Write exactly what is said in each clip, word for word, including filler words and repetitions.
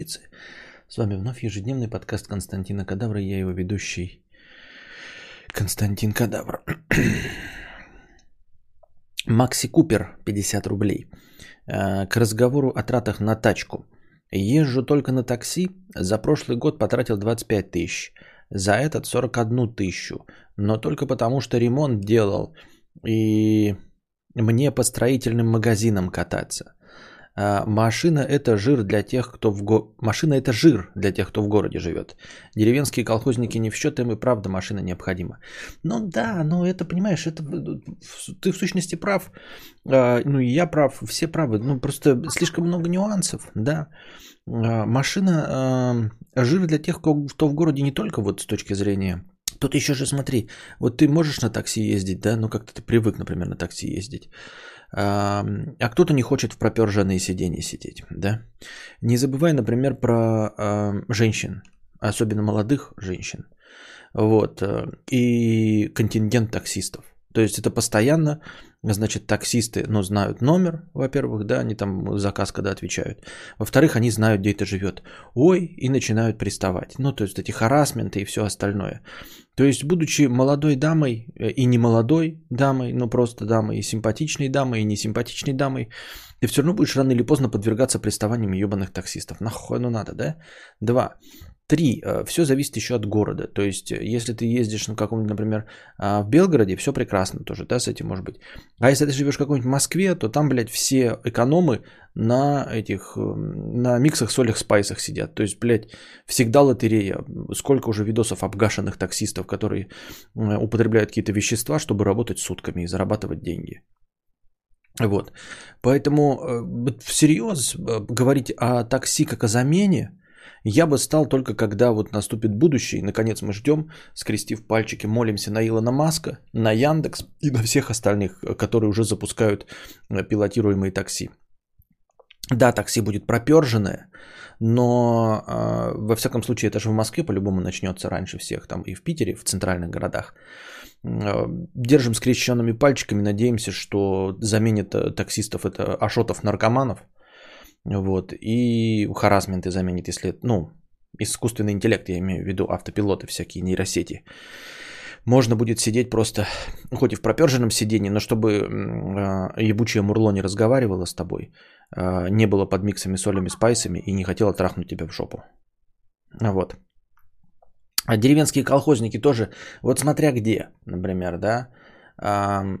С вами вновь ежедневный подкаст Константина Кадавра. Я его ведущий Константин Кадавр. Макси Купер, пятьдесят рублей. К разговору о тратах на тачку. Езжу только на такси. За прошлый год потратил двадцать пять тысяч. За этот сорок одну тысячу. Но только потому, что ремонт делал. И мне по строительным магазинам кататься. Машина это жир для тех, кто в го... Машина это жир для тех, кто в городе живет. Деревенские колхозники не в счет, им и правда машина необходима. Ну да, но это, понимаешь, это ты в сущности прав. Ну и я прав, все правы. Ну просто слишком много нюансов, да. Машина жир для тех, кто в городе не только вот с точки зрения. Тут еще же смотри, вот ты можешь на такси ездить, да, ну как-то ты привык, например, на такси ездить. А кто-то не хочет в проперженные сиденья сидеть, да. Не забывай, например, про э, женщин, особенно молодых женщин, вот, и контингент таксистов. То есть это постоянно, значит, таксисты, ну, знают номер, во-первых, да, они там заказ когда отвечают. Во-вторых, они знают, где это живет. Ой, и начинают приставать. Ну, то есть эти харассменты и все остальное. То есть, будучи молодой дамой и не молодой дамой, ну, просто дамой, и симпатичной дамой, и несимпатичной дамой, ты все равно будешь рано или поздно подвергаться приставаниям ебаных таксистов. Нахуй оно надо, да? Два. Три. Все зависит еще от города. То есть, если ты ездишь на каком-нибудь, например, в Белгороде, все прекрасно тоже, да, с этим может быть. А если ты живешь в какой-нибудь Москве, то там, блядь, все экономы на этих, на миксах, солях, спайсах сидят. То есть, блядь, всегда лотерея. Сколько уже видосов обгашенных таксистов, которые употребляют какие-то вещества, чтобы работать сутками и зарабатывать деньги. Вот. Поэтому всерьез говорить о такси как о замене, я бы стал только когда вот наступит будущее, и наконец мы ждем, скрестив пальчики, молимся на Илона Маска, на Яндекс и на всех остальных, которые уже запускают пилотируемые такси. Да, такси будет проперженное, но э, во всяком случае это же в Москве по-любому начнется раньше всех, там и в Питере, в центральных городах. Э, держим скрещенными пальчиками, надеемся, что заменит таксистов это ашотов-наркоманов. Вот, и харассменты заменит, если, ну, искусственный интеллект, я имею в виду автопилоты, всякие нейросети. Можно будет сидеть просто, хоть и в проперженном сидении, но чтобы э, ебучее мурло не разговаривало с тобой, э, не было под миксами, солями, спайсами и не хотело трахнуть тебя в жопу. Вот. А деревенские колхозники тоже, вот смотря где, например, да, э,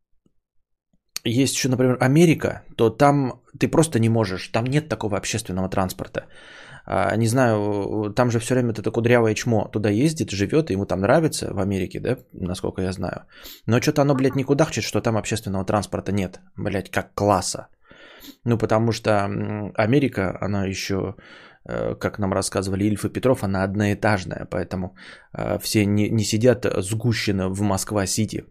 есть еще, например, Америка, то там ты просто не можешь, там нет такого общественного транспорта. Не знаю, там же все время это кудрявое чмо туда ездит, живет, ему там нравится в Америке, да, насколько я знаю. Но что-то оно, блядь, не кудахчет, что там общественного транспорта нет, блядь, как класса. Ну, потому что Америка, она еще, как нам рассказывали Ильф и Петров, она одноэтажная, поэтому все не, не сидят сгущенно в Москва-Сити,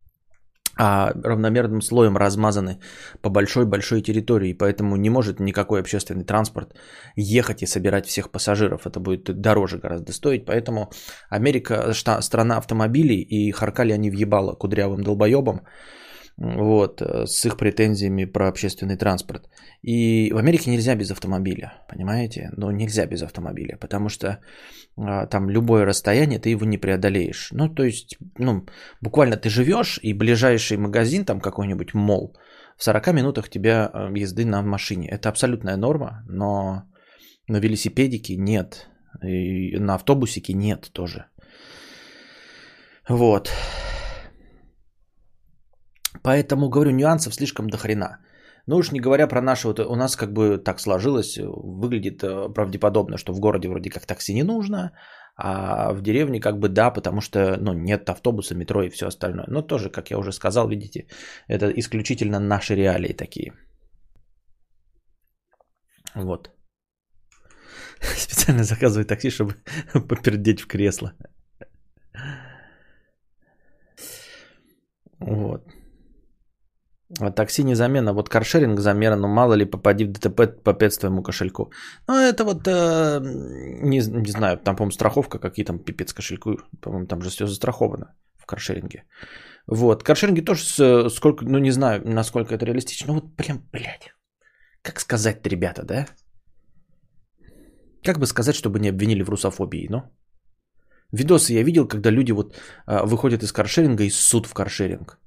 а равномерным слоем размазаны по большой-большой территории, поэтому не может никакой общественный транспорт ехать и собирать всех пассажиров. Это будет дороже гораздо стоить, поэтому Америка страна автомобилей, и харкали они въебало кудрявым долбоебам, вот, с их претензиями про общественный транспорт. И в Америке нельзя без автомобиля, понимаете? Ну, нельзя без автомобиля, потому что а, там любое расстояние, ты его не преодолеешь. Ну, то есть, ну, буквально ты живешь, и ближайший магазин, там какой-нибудь мол, в сорока минутах тебя езды на машине. Это абсолютная норма, но на велосипедике нет, и на автобусике нет тоже. Вот. Поэтому, говорю, нюансов слишком до хрена. Ну уж не говоря про наше, вот у нас как бы так сложилось, выглядит правдеподобно, что в городе вроде как такси не нужно, а в деревне как бы да, потому что ну, нет автобуса, метро и все остальное. Но тоже, как я уже сказал, видите, это исключительно наши реалии такие. Вот. Специально заказываю такси, чтобы попердеть в кресло. Вот. Такси не замена, вот каршеринг замена, но мало ли попади в ДТП по пять твоему кошельку. Ну это вот, э, не, не знаю, там, по-моему, страховка, какие там пипец кошельку, по-моему, там же все застраховано в каршеринге. Вот, каршеринги тоже, с, сколько, ну не знаю, насколько это реалистично, ну вот прям, блядь, как сказать-то, ребята, да? Как бы сказать, чтобы не обвинили в русофобии, ну? Видосы я видел, когда люди вот а, выходят из каршеринга и ссут в каршеринг.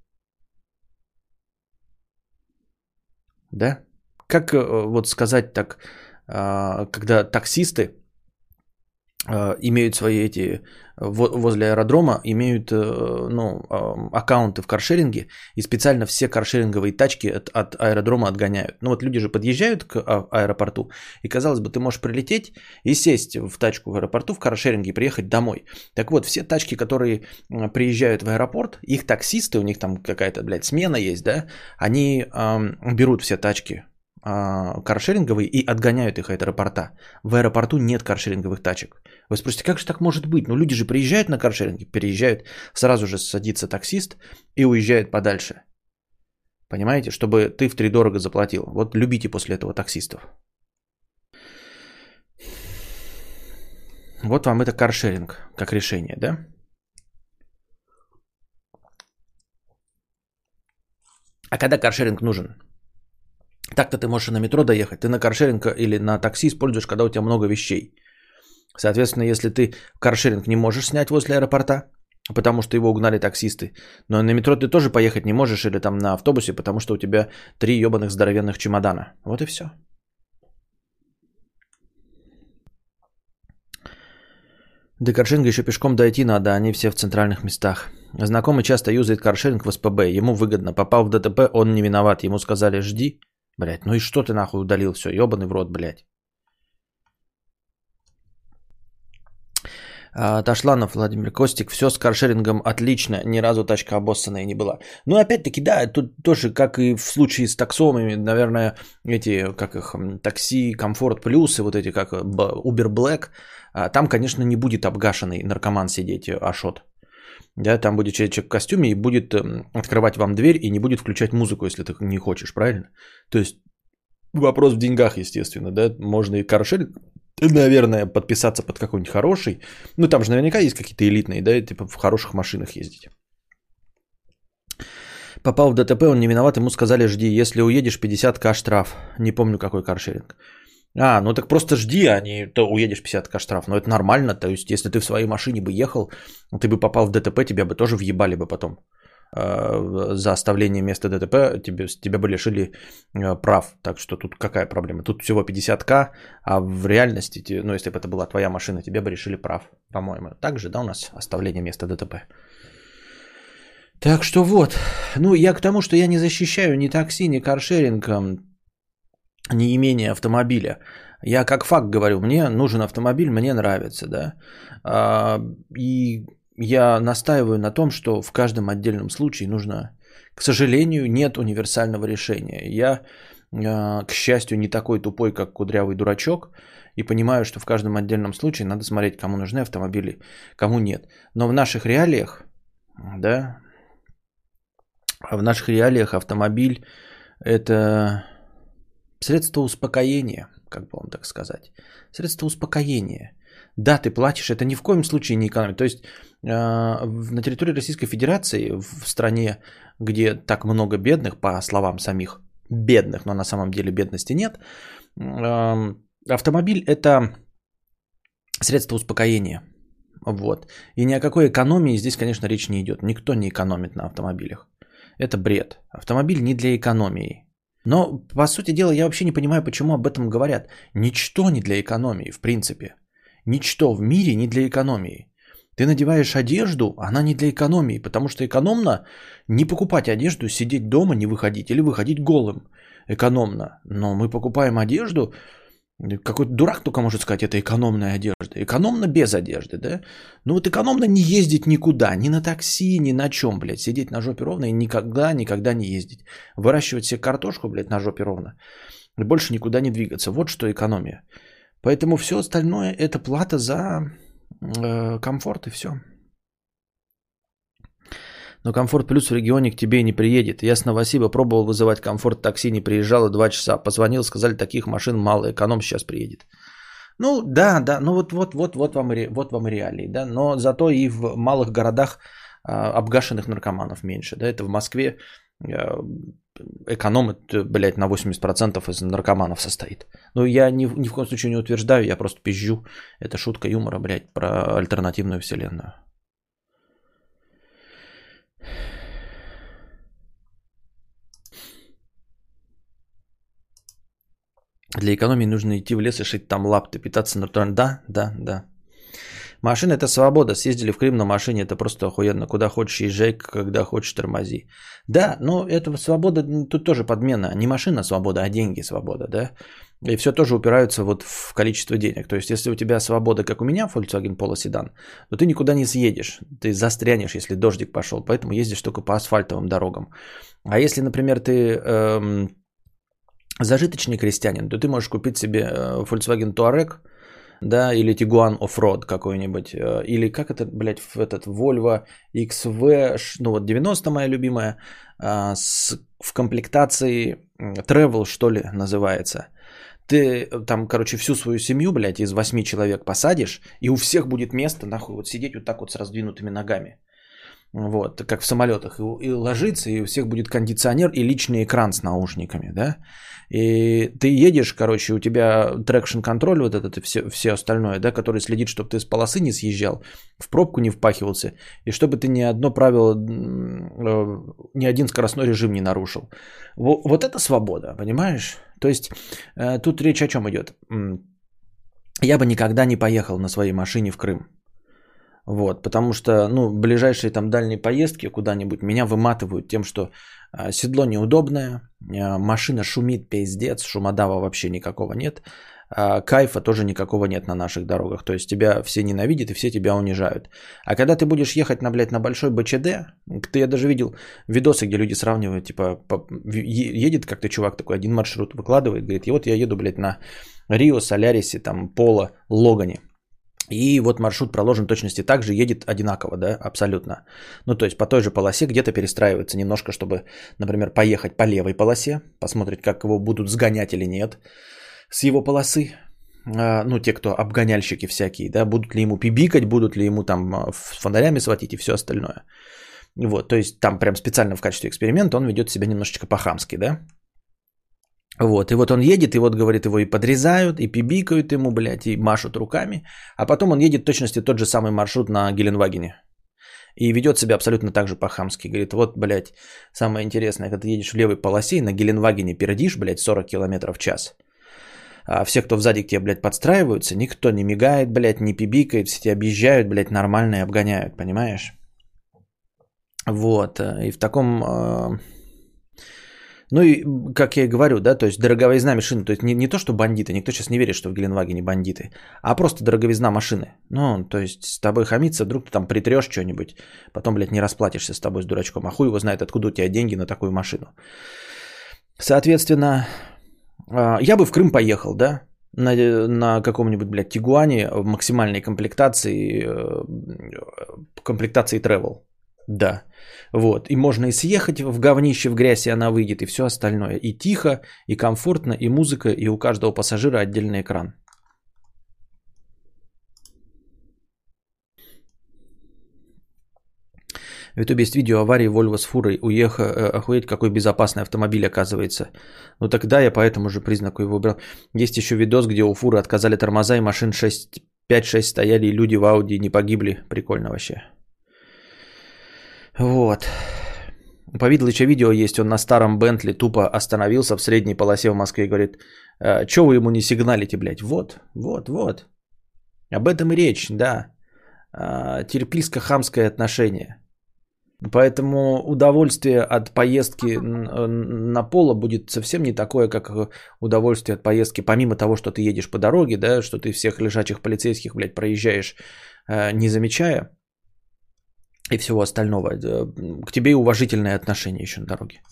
Да? Как а, вот сказать так, а, когда таксисты а, имеют свои эти, возле аэродрома, имеют а, ну, а, аккаунты в каршеринге, и специально все каршеринговые тачки от, от аэродрома отгоняют. Ну вот люди же подъезжают к а, аэропорту, и казалось бы, ты можешь прилететь и сесть в тачку в аэропорту в каршеринге и приехать домой. Так вот, все тачки, которые приезжают в аэропорт, их таксисты, у них там какая-то, блядь, смена есть, да, они а, берут все тачки каршеринговые и отгоняют их от аэропорта. В аэропорту нет каршеринговых тачек. Вы спросите, как же так может быть? Ну, люди же приезжают на каршеринге, переезжают, сразу же садится таксист и уезжает подальше. Понимаете? Чтобы ты втридорого заплатил. Вот любите после этого таксистов. Вот вам это каршеринг как решение, да? А когда каршеринг нужен? Так-то ты можешь и на метро доехать. Ты на каршеринг или на такси используешь, когда у тебя много вещей. Соответственно, если ты каршеринг не можешь снять возле аэропорта, потому что его угнали таксисты, но на метро ты тоже поехать не можешь или там на автобусе, потому что у тебя три ебаных здоровенных чемодана. Вот и все. До каршеринга еще пешком дойти надо, они все в центральных местах. Знакомый часто юзает каршеринг в СПБ, ему выгодно. Попал в ДТП, он не виноват. Ему сказали, жди. Блять, ну и что ты нахуй удалил все, ебаный в рот, блять. А, Ташланов Владимир Костик, все с каршерингом отлично, ни разу тачка обоссанная не была. Ну опять-таки, да, тут тоже, как и в случае с таксомами, наверное, эти, как их, такси, комфорт плюс и вот эти, как Uber Black, там, конечно, не будет обгашенный наркоман сидеть, Ашот. Да, там будет человек в костюме и будет открывать вам дверь и не будет включать музыку, если ты не хочешь, правильно? То есть вопрос в деньгах, естественно, да, можно и каршеринг, наверное, подписаться под какой-нибудь хороший, ну там же наверняка есть какие-то элитные, да, типа в хороших машинах ездить. Попал в ДТП, он не виноват, ему сказали жди, если уедешь пятьдесят тысяч штраф, не помню какой каршеринг. А, ну так просто жди, а не то уедешь пятьдесят тысяч штраф. Но это нормально, то есть если ты в своей машине бы ехал, ты бы попал в ДТП, тебя бы тоже въебали бы потом. Э, за оставление места ДТП тебе, тебя бы лишили э, прав. Так что тут какая проблема? Тут всего пятьдесят тысяч, а в реальности, ну если бы это была твоя машина, тебе бы решили прав, по-моему. Так же, да, у нас оставление места ДТП. Так что вот. Ну я к тому, что я не защищаю ни такси, ни каршеринг, не имение автомобиля. Я как факт говорю, мне нужен автомобиль, мне нравится, да. А, и я настаиваю на том, что в каждом отдельном случае нужно, к сожалению, нет универсального решения. Я, а, к счастью, не такой тупой, как кудрявый дурачок, и понимаю, что в каждом отдельном случае надо смотреть, кому нужны автомобили, кому нет. Но в наших реалиях, да, в наших реалиях автомобиль это средство успокоения, как бы вам так сказать. Средство успокоения. Да, ты платишь, это ни в коем случае не экономит. То есть э, на территории Российской Федерации, в стране, где так много бедных, по словам самих бедных, но на самом деле бедности нет, э, автомобиль это средство успокоения. Вот. И ни о какой экономии здесь, конечно, речь не идет. Никто не экономит на автомобилях. Это бред. Автомобиль не для экономии. Но, по сути дела, я вообще не понимаю, почему об этом говорят. Ничто не для экономии, в принципе. Ничто в мире не для экономии. Ты надеваешь одежду, она не для экономии, потому что экономно не покупать одежду, сидеть дома, не выходить, или выходить голым. Экономно. Но мы покупаем одежду, какой-то дурак только может сказать, это экономная одежда. Экономно без одежды, да? Ну вот экономно не ездить никуда, ни на такси, ни на чем, блядь. Сидеть на жопе ровно и никогда, никогда не ездить. Выращивать себе картошку, блядь, на жопе ровно. И больше никуда не двигаться. Вот что экономия. Поэтому все остальное это плата за э, комфорт и все. Но комфорт плюс в регионе к тебе не приедет. Я с Новосиба пробовал вызывать комфорт такси, не приезжало два часа. Позвонил, сказали, таких машин мало, эконом сейчас приедет. Ну да, да, ну вот, вот, вот, вот, вам, вот вам и реалии, да. Но зато и в малых городах а, обгашенных наркоманов меньше. Да, это в Москве э, экономит, блядь, на восемьдесят процентов из наркоманов состоит. Ну, я ни, ни в коем случае не утверждаю, я просто пизжу. Это шутка юмора, блядь, про альтернативную вселенную. Для экономии нужно идти в лес и шить там лапты, питаться натурально. Да, да, да. Машина – это свобода. Съездили в Крым на машине, это просто охуенно. Куда хочешь езжай, когда хочешь тормози. Да, но это свобода, тут тоже подмена. Не машина свобода, а деньги свобода, да. И все тоже упираются вот в количество денег. То есть, если у тебя свобода, как у меня, Volkswagen Polo седан, то ты никуда не съедешь. Ты застрянешь, если дождик пошел. Поэтому ездишь только по асфальтовым дорогам. А если, например, ты эм, зажиточный крестьянин, то ты можешь купить себе э, Volkswagen Touareg, да, или Tiguan Offroad какой-нибудь, или как это, блядь, этот Volvo икс ви, ну вот девяносто моя любимая, с, в комплектации Travel, что ли, называется. Ты там, короче, всю свою семью, блядь, из восьми человек посадишь, и у всех будет место, нахуй, вот сидеть вот так вот с раздвинутыми ногами. Вот, как в самолетах. И, и ложиться, и у всех будет кондиционер и личный экран с наушниками, да. И ты едешь, короче, у тебя трекшн-контроль, вот этот и все, все остальное, да, который следит, чтобы ты с полосы не съезжал, в пробку не впахивался, и чтобы ты ни одно правило, ни один скоростной режим не нарушил. Вот, вот это свобода, понимаешь? То есть тут речь о чем идет? Я бы никогда не поехал на своей машине в Крым. Вот, потому что, ну, ближайшие там дальние поездки куда-нибудь меня выматывают тем, что э, седло неудобное, э, машина шумит пиздец, шумодава вообще никакого нет, э, кайфа тоже никакого нет на наших дорогах, то есть тебя все ненавидят и все тебя унижают. А когда ты будешь ехать на, блядь, на большой БЧД, ты, я даже видел видосы, где люди сравнивают, типа, по, едет как-то чувак такой, один маршрут выкладывает, говорит, и вот я еду, блядь, на Рио, Солярисе, там, Поло, Логане. И вот маршрут проложен точности так же, едет одинаково, да, абсолютно. Ну, то есть по той же полосе где-то перестраивается немножко, чтобы, например, поехать по левой полосе, посмотреть, как его будут сгонять или нет с его полосы. Ну, те, кто обгоняльщики всякие, да, будут ли ему пибикать, будут ли ему там фонарями сватить и все остальное. Вот, то есть там прям специально в качестве эксперимента он ведет себя немножечко по-хамски, да. Вот, и вот он едет, и вот, говорит, его и подрезают, и пибикают ему, блядь, и машут руками. А потом он едет в точности тот же самый маршрут на Геленвагене. И ведет себя абсолютно так же по-хамски. Говорит, вот, блядь, самое интересное, когда ты едешь в левой полосе и на Геленвагене пердишь, блядь, сорок километров в час. А все, кто сзади к тебе, блядь, подстраиваются, никто не мигает, блядь, не пибикает, все тебя объезжают, блядь, нормально и обгоняют, понимаешь? Вот, и в таком... Ну и, как я и говорю, да, то есть дороговизна машины, то есть не, не то, что бандиты, никто сейчас не верит, что в Геленвагене бандиты, а просто дороговизна машины. Ну, то есть с тобой хамиться, вдруг ты там притрешь что-нибудь, потом, блядь, не расплатишься с тобой с дурачком, а хуй его знает, откуда у тебя деньги на такую машину. Соответственно, я бы в Крым поехал, да, на, на каком-нибудь, блядь, Тигуане в максимальной комплектации, комплектации travel. Да, вот, и можно и съехать в говнище, в грязь, и она выйдет, и все остальное. И тихо, и комфортно, и музыка, и у каждого пассажира отдельный экран. В ютубе есть видео аварии Volvo с фурой. Уехал, охуеть, какой безопасный автомобиль оказывается. Ну тогда я по этому же признаку его выбрал. Есть еще видос, где у фуры отказали тормоза, и машин пять-шесть стояли, и люди в Ауди не погибли. Прикольно вообще. Вот. У Повидлыча видео есть, он на старом Бентли тупо остановился в средней полосе в Москве и говорит, что вы ему не сигналите, блядь? Вот, вот, вот. Об этом и речь, да. Терпильско-хамское отношение. Поэтому удовольствие от поездки на поло будет совсем не такое, как удовольствие от поездки, помимо того, что ты едешь по дороге, да, что ты всех лежачих полицейских, блядь, проезжаешь, не замечая. И всего остального. К тебе и уважительное отношение еще на дороге.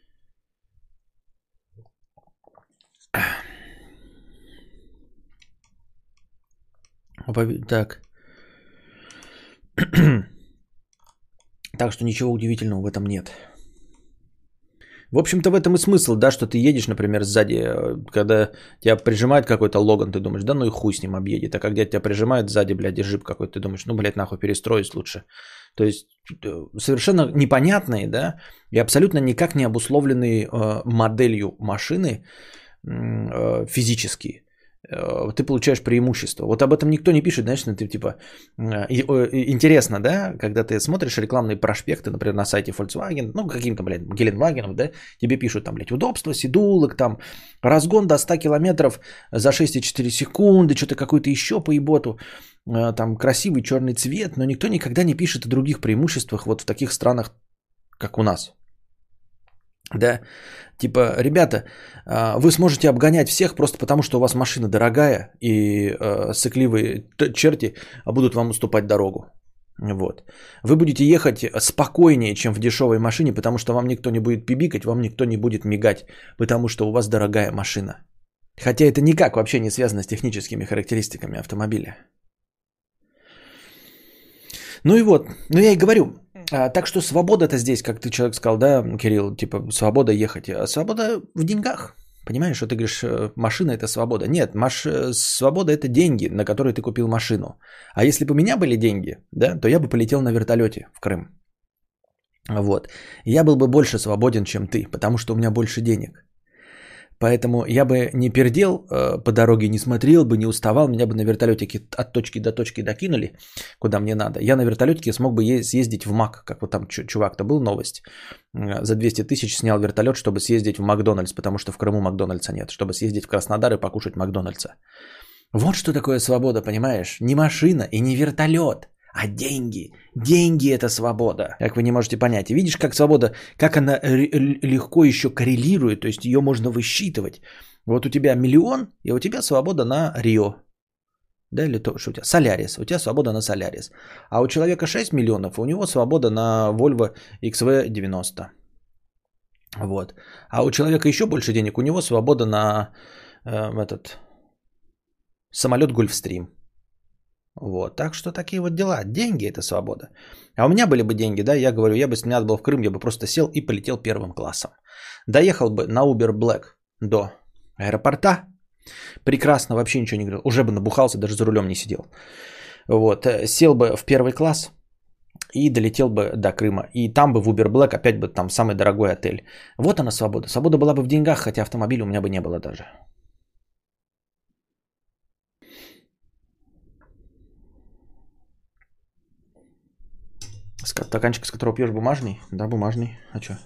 Так. Так что ничего удивительного в этом нет. В общем-то, в этом и смысл, да, что ты едешь, например, сзади, э, когда тебя прижимает какой-то Логан, ты думаешь, да ну и хуй с ним объедет. А когда тебя прижимает сзади, блядь, джип какой-то, ты думаешь, ну, блядь, нахуй перестроюсь лучше. То есть э, совершенно непонятные, да, и абсолютно никак не обусловленные э, моделью машины э, физически. Э, ты получаешь преимущество. Вот об этом никто не пишет, знаешь, ну, ты типа э, и, э, интересно, да, когда ты смотришь рекламные проспекты, например, на сайте Volkswagen, ну, каким-то, блядь, Геленвагенов, да, тебе пишут там, блядь, удобство, сидулок, там, разгон до ста километров за шесть и четыре секунды, что-то какой-то еще по еботу, э, там, красивый черный цвет, но никто никогда не пишет о других преимуществах вот в таких странах, как у нас. Да, типа, ребята, вы сможете обгонять всех просто потому, что у вас машина дорогая, и э, сыкливые черти будут вам уступать дорогу. Вот. Вы будете ехать спокойнее, чем в дешевой машине, потому что вам никто не будет пибикать, вам никто не будет мигать, потому что у вас дорогая машина. Хотя это никак вообще не связано с техническими характеристиками автомобиля. Ну и вот, ну я и говорю, а, так что свобода-то здесь, как ты человек сказал, да, Кирилл, типа свобода ехать. А свобода в деньгах. Понимаешь, что ты говоришь, машина это свобода. Нет, маш... свобода это деньги, на которые ты купил машину. А если бы у меня были деньги, да, то я бы полетел на вертолете в Крым. Вот. Я был бы больше свободен, чем ты, потому что у меня больше денег. Поэтому я бы не пердел э, по дороге, не смотрел бы, не уставал, меня бы на вертолетике от точки до точки докинули, куда мне надо. Я на вертолетике смог бы е- съездить в Мак, как вот там чувак-то был, новость. Э, за двести тысяч снял вертолет, чтобы съездить в Макдональдс, потому что в Крыму Макдональдса нет, чтобы съездить в Краснодар и покушать Макдональдса. Вот что такое свобода, понимаешь? Не машина и не вертолет. А деньги. Деньги – это свобода. Как вы не можете понять. И видишь, как свобода, как она легко еще коррелирует, то есть ее можно высчитывать. Вот у тебя миллион, и у тебя свобода на Рио. Да, или то, что у тебя? Солярис. У тебя свобода на Солярис. А у человека шесть миллионов, у него свобода на Volvo икс ви девяносто. Вот. А у человека еще больше денег, у него свобода на э, этот самолет Гольфстрим. Вот, так что такие вот дела. Деньги – это свобода. А у меня были бы деньги, да, я говорю, я бы, если бы был в Крым, я бы просто сел и полетел первым классом. Доехал бы на Uber Black до аэропорта. Прекрасно, вообще ничего не говорил. Уже бы набухался, даже за рулем не сидел. Вот, сел бы в первый класс и долетел бы до Крыма. И там бы в Uber Black опять бы там самый дорогой отель. Вот она свобода. Свобода была бы в деньгах, хотя автомобиля у меня бы не было даже. Стаканчик, с которого пьешь, бумажный? Да, бумажный. А что?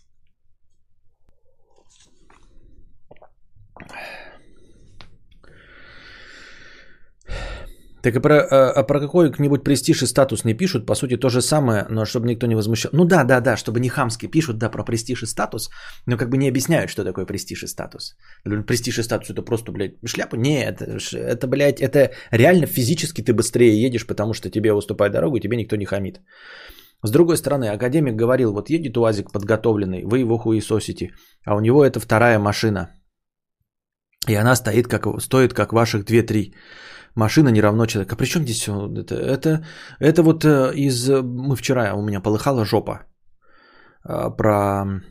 Так и про, а про какой-нибудь престиж и статус не пишут, по сути, то же самое, но чтобы никто не возмущал. Ну да, да, да, чтобы не хамски пишут, да, про престиж и статус, но как бы не объясняют, что такое престиж и статус. Престиж и статус это просто, блядь, шляпа? Нет, это, это, блядь, это реально физически ты быстрее едешь, потому что тебе уступает дорогу, и тебе никто не хамит. С другой стороны, академик говорил, вот едет УАЗик подготовленный, вы его хуесосите, а у него это вторая машина. И она стоит как, стоит как ваших две-три. Машина не равно человека. При чем здесь все это? Это, это вот из... Мы вчера, у меня полыхала жопа про,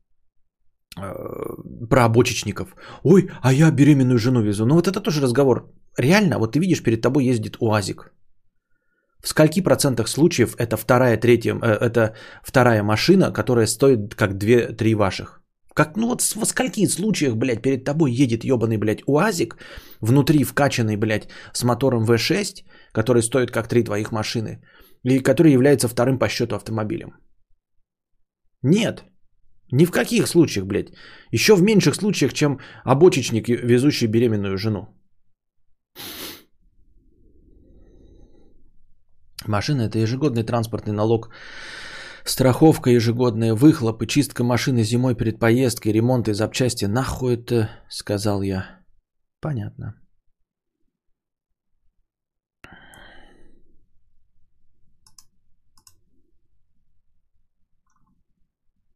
про обочечников. Ой, а я беременную жену везу. Ну вот это тоже разговор. Реально, вот ты видишь, перед тобой ездит УАЗик. В скольки процентах случаев это вторая, третья, это вторая машина, которая стоит как две-три ваших? Как, ну вот в скольких случаях, блядь, перед тобой едет ебаный, блядь, УАЗик, внутри вкачанный, блядь, с мотором вэ шесть, который стоит как три твоих машины, и который является вторым по счету автомобилем? Нет. Ни в каких случаях, блядь. Еще в меньших случаях, чем обочечник, везущий беременную жену. Машина – это ежегодный транспортный налог, страховка ежегодная, выхлопы, чистка машины зимой перед поездкой, ремонт и запчасти. Нахуй это, сказал я. Понятно.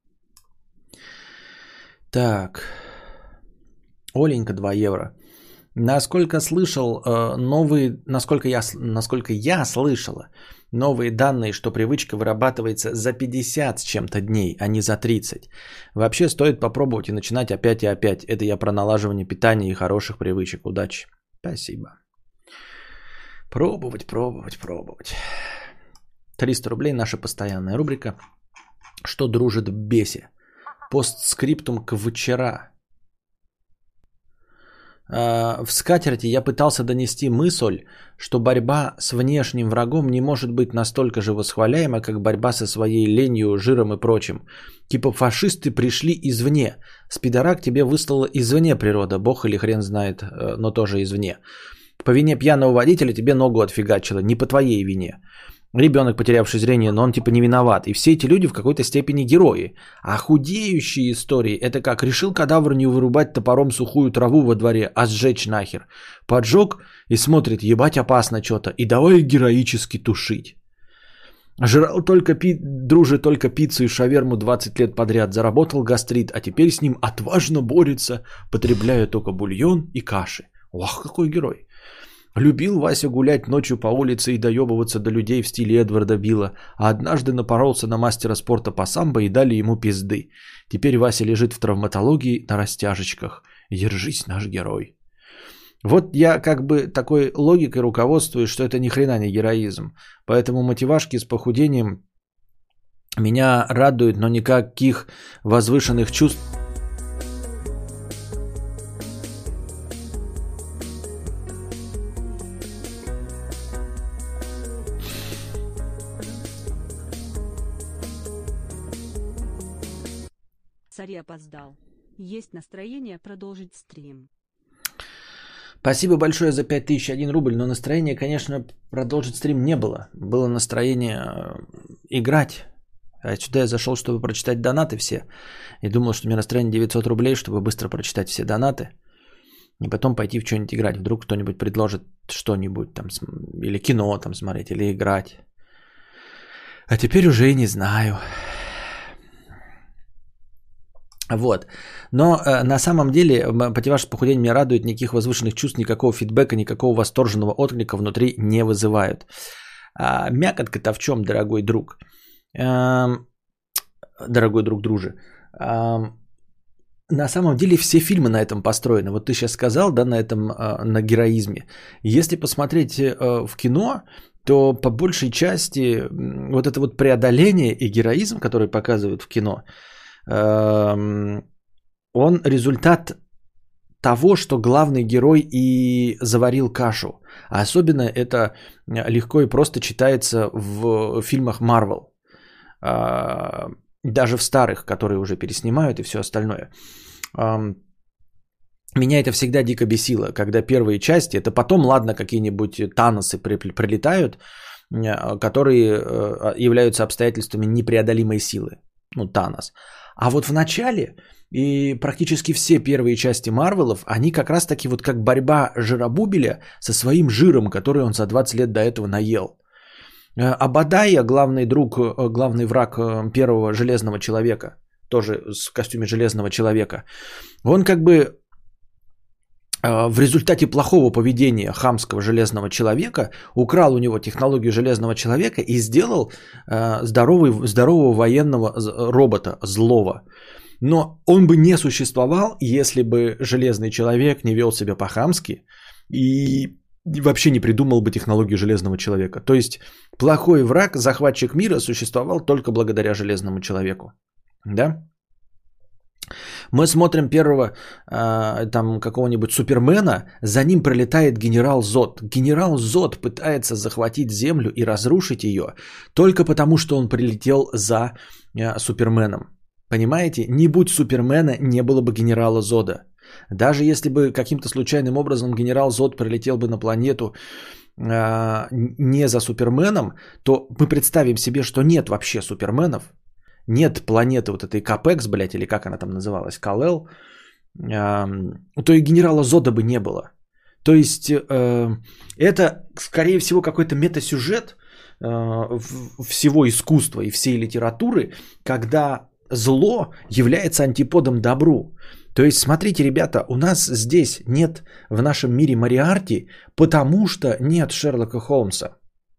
Так. Оленька, два евро. Насколько слышал, новые, насколько я, насколько я слышала, новые данные, что привычка вырабатывается за пятьдесят с чем-то дней, а не за тридцать. Вообще стоит попробовать и начинать опять и опять. Это я про налаживание питания и хороших привычек. Удачи. Спасибо. Пробовать, пробовать, пробовать. триста рублей наша постоянная рубрика. Что дружит в бесе? Постскриптум к вчера. В скатерти я пытался донести мысль, что борьба с внешним врагом не может быть настолько же восхваляема, как борьба со своей ленью, жиром и прочим. Типа фашисты пришли извне. Спидорак тебе выслала извне природа, бог или хрен знает, но тоже извне. По вине пьяного водителя тебе ногу отфигачило, не по твоей вине. Ребенок, потерявший зрение, но он типа не виноват. И все эти люди в какой-то степени герои. А худеющие истории, это как решил кадавр не вырубать топором сухую траву во дворе, а сжечь нахер. Поджег и смотрит, ебать опасно что-то, и давай героически тушить. Жрал только пи... дружит только пиццу и шаверму двадцать лет подряд, заработал гастрит, а теперь с ним отважно борется, потребляя только бульон и каши. Ох, какой герой. Любил Вася гулять ночью по улице и доебываться до людей в стиле Эдварда Билла, а однажды напоролся на мастера спорта по самбо и дали ему пизды. Теперь Вася лежит в травматологии на растяжечках. Держись, наш герой. Вот я как бы такой логикой руководствуюсь, что это ни хрена не героизм. Поэтому мотивашки с похудением меня радуют, но никаких возвышенных чувств. Царь опоздал. Есть настроение продолжить стрим. Спасибо большое за пять тысяч один рубль, но настроения, конечно, продолжить стрим не было. Было настроение играть. А сюда я зашел, чтобы прочитать донаты все. И думал, что у меня настроение девятьсот рублей, чтобы быстро прочитать все донаты. И потом пойти в что-нибудь играть. Вдруг кто-нибудь предложит что-нибудь там, или кино там смотреть, или играть. А теперь уже и не знаю. Вот. Но э, на самом деле мотивация похудения меня радует, никаких возвышенных чувств, никакого фидбэка, никакого восторженного отклика внутри не вызывают. А, мякотка-то в чем, дорогой друг? Э, дорогой друг, друже. Э, на самом деле все фильмы на этом построены. Вот ты сейчас сказал, да, на этом, э, на героизме. Если посмотреть э, в кино, то по большей части вот это вот преодоление и героизм, который показывают в кино, он результат того, что главный герой и заварил кашу. А особенно это легко и просто читается в фильмах Marvel. Даже в старых, которые уже переснимают и все остальное. Меня это всегда дико бесило, когда первые части, это потом, ладно, какие-нибудь Таносы прилетают, которые являются обстоятельствами непреодолимой силы. Ну, Танос. А вот в начале и практически все первые части Марвелов, они как раз таки вот как борьба жиробубеля со своим жиром, который он за двадцать лет до этого наел. Абадайя, главный друг, главный враг первого Железного Человека, тоже в костюме Железного Человека, он как бы в результате плохого поведения хамского Железного Человека украл у него технологию Железного Человека и сделал здоровый, здорового военного робота, злого. Но он бы не существовал, если бы Железный Человек не вел себя по-хамски и вообще не придумал бы технологию Железного Человека. То есть плохой враг, захватчик мира существовал только благодаря Железному Человеку. Да? Мы смотрим первого э, там какого-нибудь Супермена, за ним пролетает генерал Зод. Генерал Зод пытается захватить Землю и разрушить ее только потому, что он прилетел за э, Суперменом. Понимаете? Не будь Супермена, не было бы генерала Зода. Даже если бы каким-то случайным образом генерал Зод прилетел бы на планету э, не за Суперменом, то мы представим себе, что нет вообще Суперменов. Нет планеты вот этой Капекс, блядь, или как она там называлась, Кал-Эл, э, то и генерала Зода бы не было. То есть э, это, скорее всего, какой-то метасюжет э, всего искусства и всей литературы, когда зло является антиподом добру. То есть, смотрите, ребята, у нас здесь нет в нашем мире Мориарти, потому что нет Шерлока Холмса.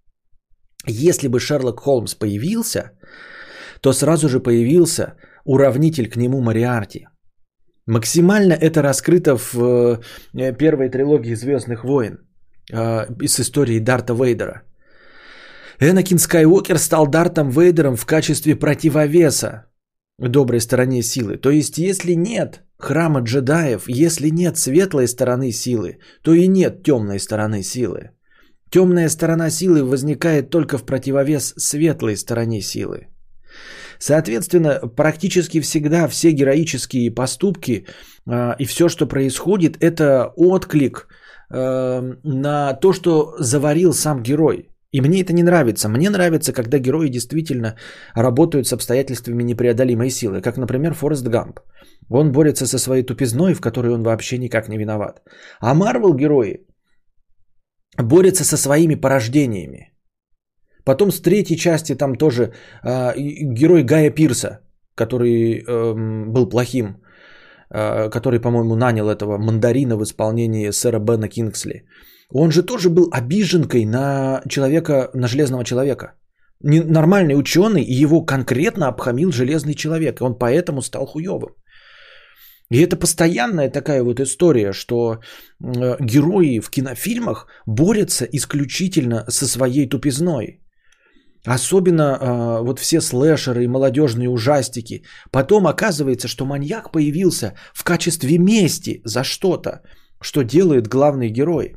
Если бы Шерлок Холмс появился, то сразу же появился уравнитель к нему Мориарти. Максимально это раскрыто в первой трилогии «Звездных войн» с историей Дарта Вейдера. Энакин Скайуокер стал Дартом Вейдером в качестве противовеса доброй стороне силы. То есть, если нет храма джедаев, если нет светлой стороны силы, то и нет темной стороны силы. Темная сторона силы возникает только в противовес светлой стороне силы. Соответственно, практически всегда все героические поступки э, и все, что происходит, это отклик э, на то, что заварил сам герой. И мне это не нравится. Мне нравится, когда герои действительно работают с обстоятельствами непреодолимой силы. Как, например, Форест Гамп. Он борется со своей тупизной, в которой он вообще никак не виноват. А Марвел герои борются со своими порождениями. Потом с третьей части там тоже э, герой Гая Пирса, который э, был плохим, э, который, по-моему, нанял этого мандарина в исполнении сэра Бена Кингсли. Он же тоже был обиженкой на человека, на железного человека. Нормальный ученый, и его конкретно обхамил железный человек. И он поэтому стал хуёвым. И это постоянная такая вот история, что герои в кинофильмах борются исключительно со своей тупизной. Особенно э, вот все слэшеры и молодежные ужастики. Потом оказывается, что маньяк появился в качестве мести за что-то, что делает главный герой.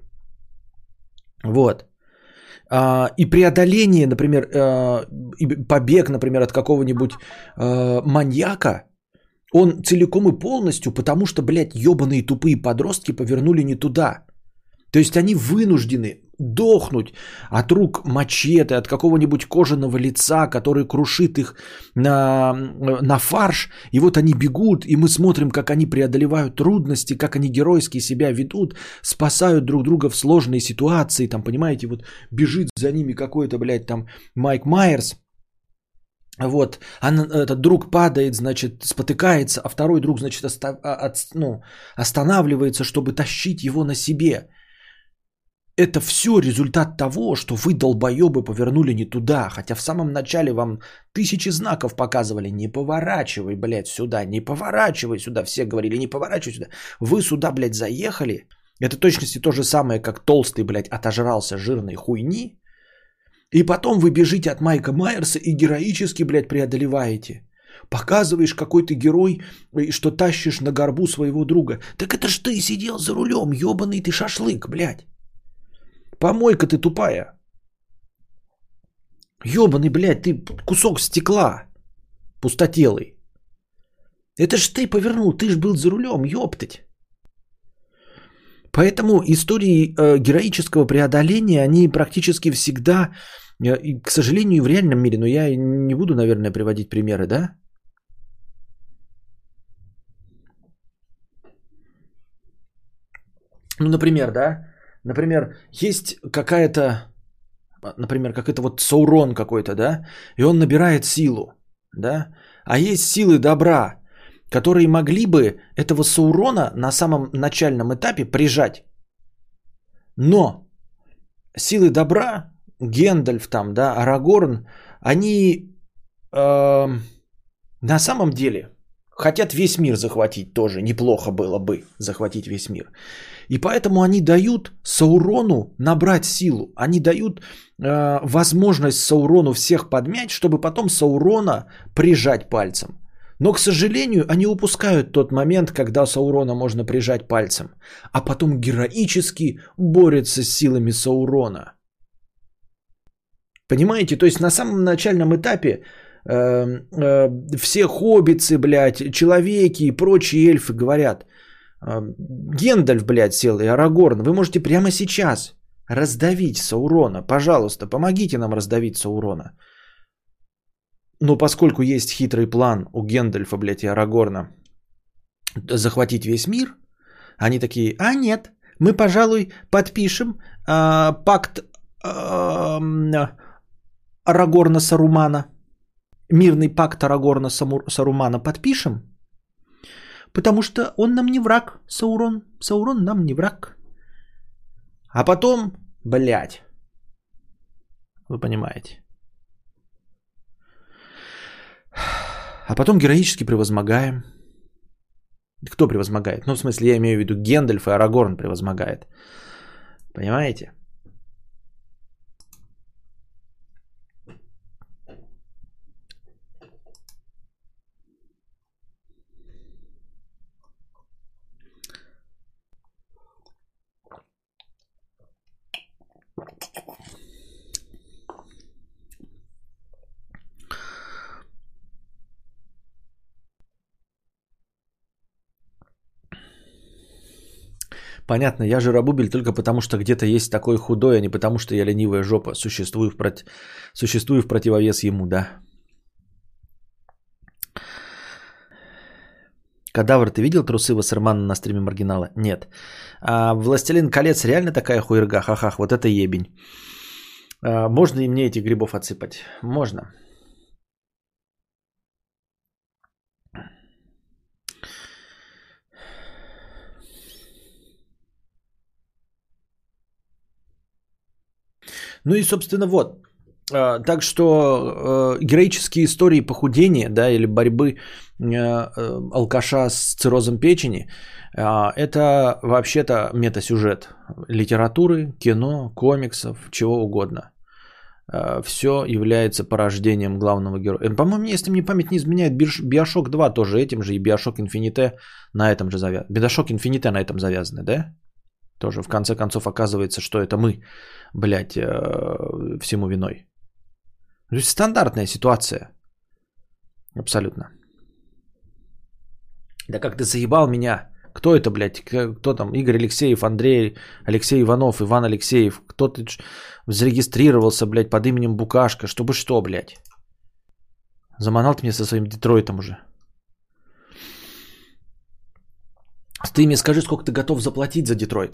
Вот. А, и преодоление, например, э, и побег, например, от какого-нибудь э, маньяка, он целиком и полностью, потому что, блядь, ебаные тупые подростки повернули не туда. То есть они вынуждены дохнуть от рук мачете, от какого-нибудь кожаного лица, который крушит их на, на фарш. И вот они бегут, и мы смотрим, как они преодолевают трудности, как они геройски себя ведут, спасают друг друга в сложной ситуации. Там, понимаете, вот бежит за ними какой-то, блядь, там Майк Майерс. Вот, а этот друг падает, значит, спотыкается, а второй друг, значит, оста- от, ну, останавливается, чтобы тащить его на себе. Это все результат того, что вы, долбоебы, повернули не туда. Хотя в самом начале вам тысячи знаков показывали. Не поворачивай, блядь, сюда, не поворачивай сюда. Все говорили, не поворачивай сюда. Вы сюда, блядь, заехали. Это точности то же самое, как толстый, блядь, отожрался жирной хуйни. И потом вы бежите от Майка Майерса и героически, блядь, преодолеваете. Показываешь, какой ты герой, что тащишь на горбу своего друга. Так это ж ты сидел за рулем, ебаный ты шашлык, блядь. Помойка ты тупая. Ёбаный, блядь, ты кусок стекла пустотелый. Это ж ты повернул, ты ж был за рулем, ёптать. Поэтому истории э, героического преодоления, они практически всегда, э, и, к сожалению, в реальном мире, но я не буду, наверное, приводить примеры, да? Ну, например, да? Например, есть какая-то, например, как это вот Саурон какой-то, да, и он набирает силу, да, а есть силы добра, которые могли бы этого Саурона на самом начальном этапе прижать. Но силы добра, Гендальф там, да, Арагорн, они э, на самом деле хотят весь мир захватить тоже, неплохо было бы захватить весь мир. И поэтому они дают Саурону набрать силу. Они дают э, возможность Саурону всех подмять, чтобы потом Саурона прижать пальцем. Но, к сожалению, они упускают тот момент, когда Саурона можно прижать пальцем. А потом героически борются с силами Саурона. Понимаете? То есть на самом начальном этапе э, э, все хоббицы, блядь, человеки и прочие эльфы говорят: Гендальф, блядь, сел и Арагорн, вы можете прямо сейчас раздавить Саурона. Пожалуйста, помогите нам раздавить Саурона. Но поскольку есть хитрый план у Гендальфа, блядь, и Арагорна захватить весь мир, они такие: а нет, мы, пожалуй, подпишем э, пакт э, Арагорна-Сарумана. Мирный пакт Арагорна-Сарумана подпишем. Потому что он нам не враг, Саурон. Саурон нам не враг. А потом, блядь, вы понимаете. А потом героически превозмогаем. Кто превозмогает? Ну, в смысле, я имею в виду Гендальф и Арагорн превозмогает. Понимаете? Понятно, я жиробубель только потому, что где-то есть такой худой, а не потому, что я ленивая жопа. Существую в, прот... Существую в противовес ему, да. Кадавр, ты видел трусы Вассермана на стриме Маргинала? Нет. А Властелин колец реально такая хуерга? Ха-ха, вот это ебень. А можно и мне этих грибов отсыпать? Можно. Ну и, собственно, вот. Так что героические истории похудения, да, или борьбы алкаша с циррозом печени, это вообще-то метасюжет литературы, кино, комиксов, чего угодно. Все является порождением главного героя. По-моему, если мне память не изменяет, Биошок два тоже этим же, и Биошок Инфините на этом же завязан. Биошок Инфините на этом завязаны, да? Тоже в конце концов оказывается, что это мы, блядь, всему виной. То есть стандартная ситуация. Абсолютно. Да как ты заебал меня. Кто это, блядь? Кто там? Игорь Алексеев, Андрей Алексей Иванов, Иван Алексеев. Кто ты зарегистрировался, блядь, под именем Букашка? Чтобы что, блядь? Заманал ты меня со своим Детройтом уже. Ты мне скажи, сколько ты готов заплатить за Детройт?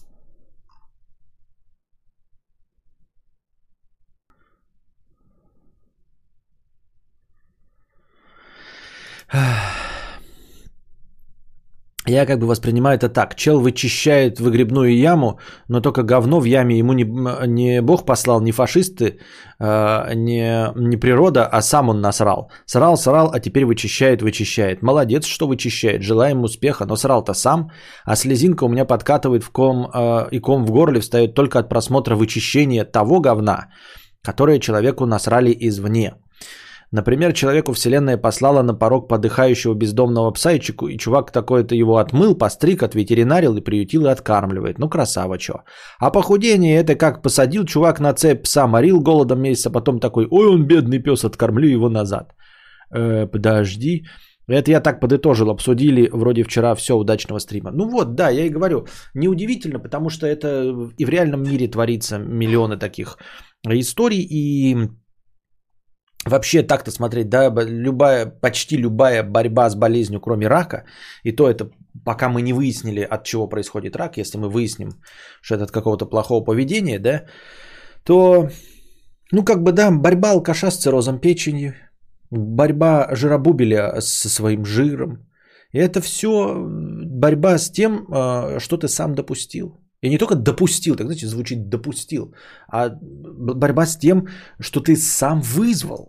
Я как бы воспринимаю это так. Чел вычищает выгребную яму, но только говно в яме ему не, не Бог послал, не фашисты, э, не, не природа, а сам он насрал. Срал, срал, а теперь вычищает, вычищает. Молодец, что вычищает. Желаем успеха, но срал-то сам. А слезинка у меня подкатывает в ком, э, и ком в горле встает только от просмотра вычищения того говна, которое человеку насрали извне. Например, человеку вселенная послала на порог подыхающего бездомного пса, и чувак такой-то его отмыл, постриг, ответеринарил и приютил и откармливает. Ну, красава, чё. А похудение это как посадил чувак на цепь пса, морил голодом месяц, а потом такой, ой, он бедный пес, откормлю его назад. Э, подожди. Это я так подытожил, обсудили вроде вчера все, удачного стрима. Ну вот, да, я и говорю, неудивительно, потому что это и в реальном мире творится миллионы таких историй, и... Вообще так-то смотреть, да, любая, почти любая борьба с болезнью, кроме рака, и то это пока мы не выяснили, от чего происходит рак, если мы выясним, что это от какого-то плохого поведения, да, то, ну как бы, да, борьба алкаша с циррозом печени, борьба жиробубеля со своим жиром, и это все борьба с тем, что ты сам допустил. И не только допустил, так знаете, звучит допустил, а борьба с тем, что ты сам вызвал.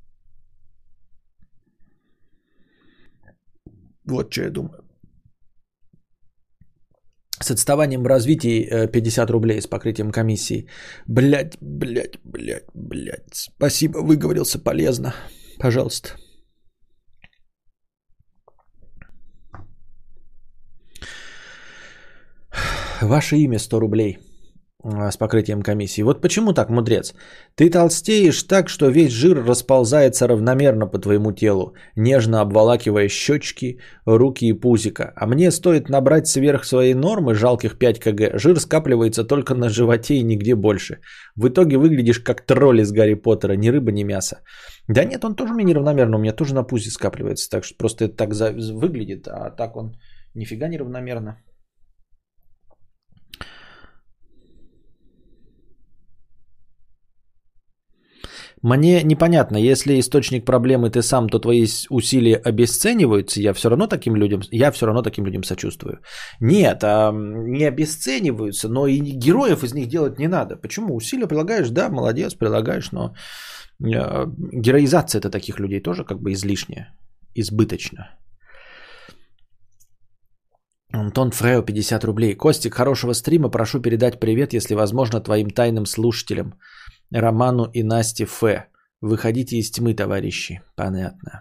Вот что я думаю. С отставанием в развитии пятьдесят рублей с покрытием комиссии. Блять, блять, блять, блять. Спасибо, выговорился полезно. Пожалуйста. Ваше имя сто рублей с покрытием комиссии. Вот почему так, мудрец? Ты толстеешь так, что весь жир расползается равномерно по твоему телу, нежно обволакивая щечки, руки и пузико. А мне стоит набрать сверх своей нормы жалких пять килограмм, жир скапливается только на животе и нигде больше. В итоге выглядишь как тролль из Гарри Поттера, ни рыба, ни мясо. Да нет, он тоже мне неравномерно, у меня тоже на пузе скапливается, так что просто это так выглядит, а так он нифига не равномерно. Мне непонятно, если источник проблемы ты сам, то твои усилия обесцениваются, я все равно таким людям, я все равно таким людям сочувствую. Нет, а, не обесцениваются, но и героев из них делать не надо. Почему? Усилия прилагаешь, да, молодец, прилагаешь, но э, героизация-то таких людей тоже как бы излишняя, избыточна. Антон Фрео, пятьдесят рублей. Костик, хорошего стрима, прошу передать привет, если возможно, твоим тайным слушателям. Роману и Насте Ф. Выходите из тьмы, товарищи. Понятно.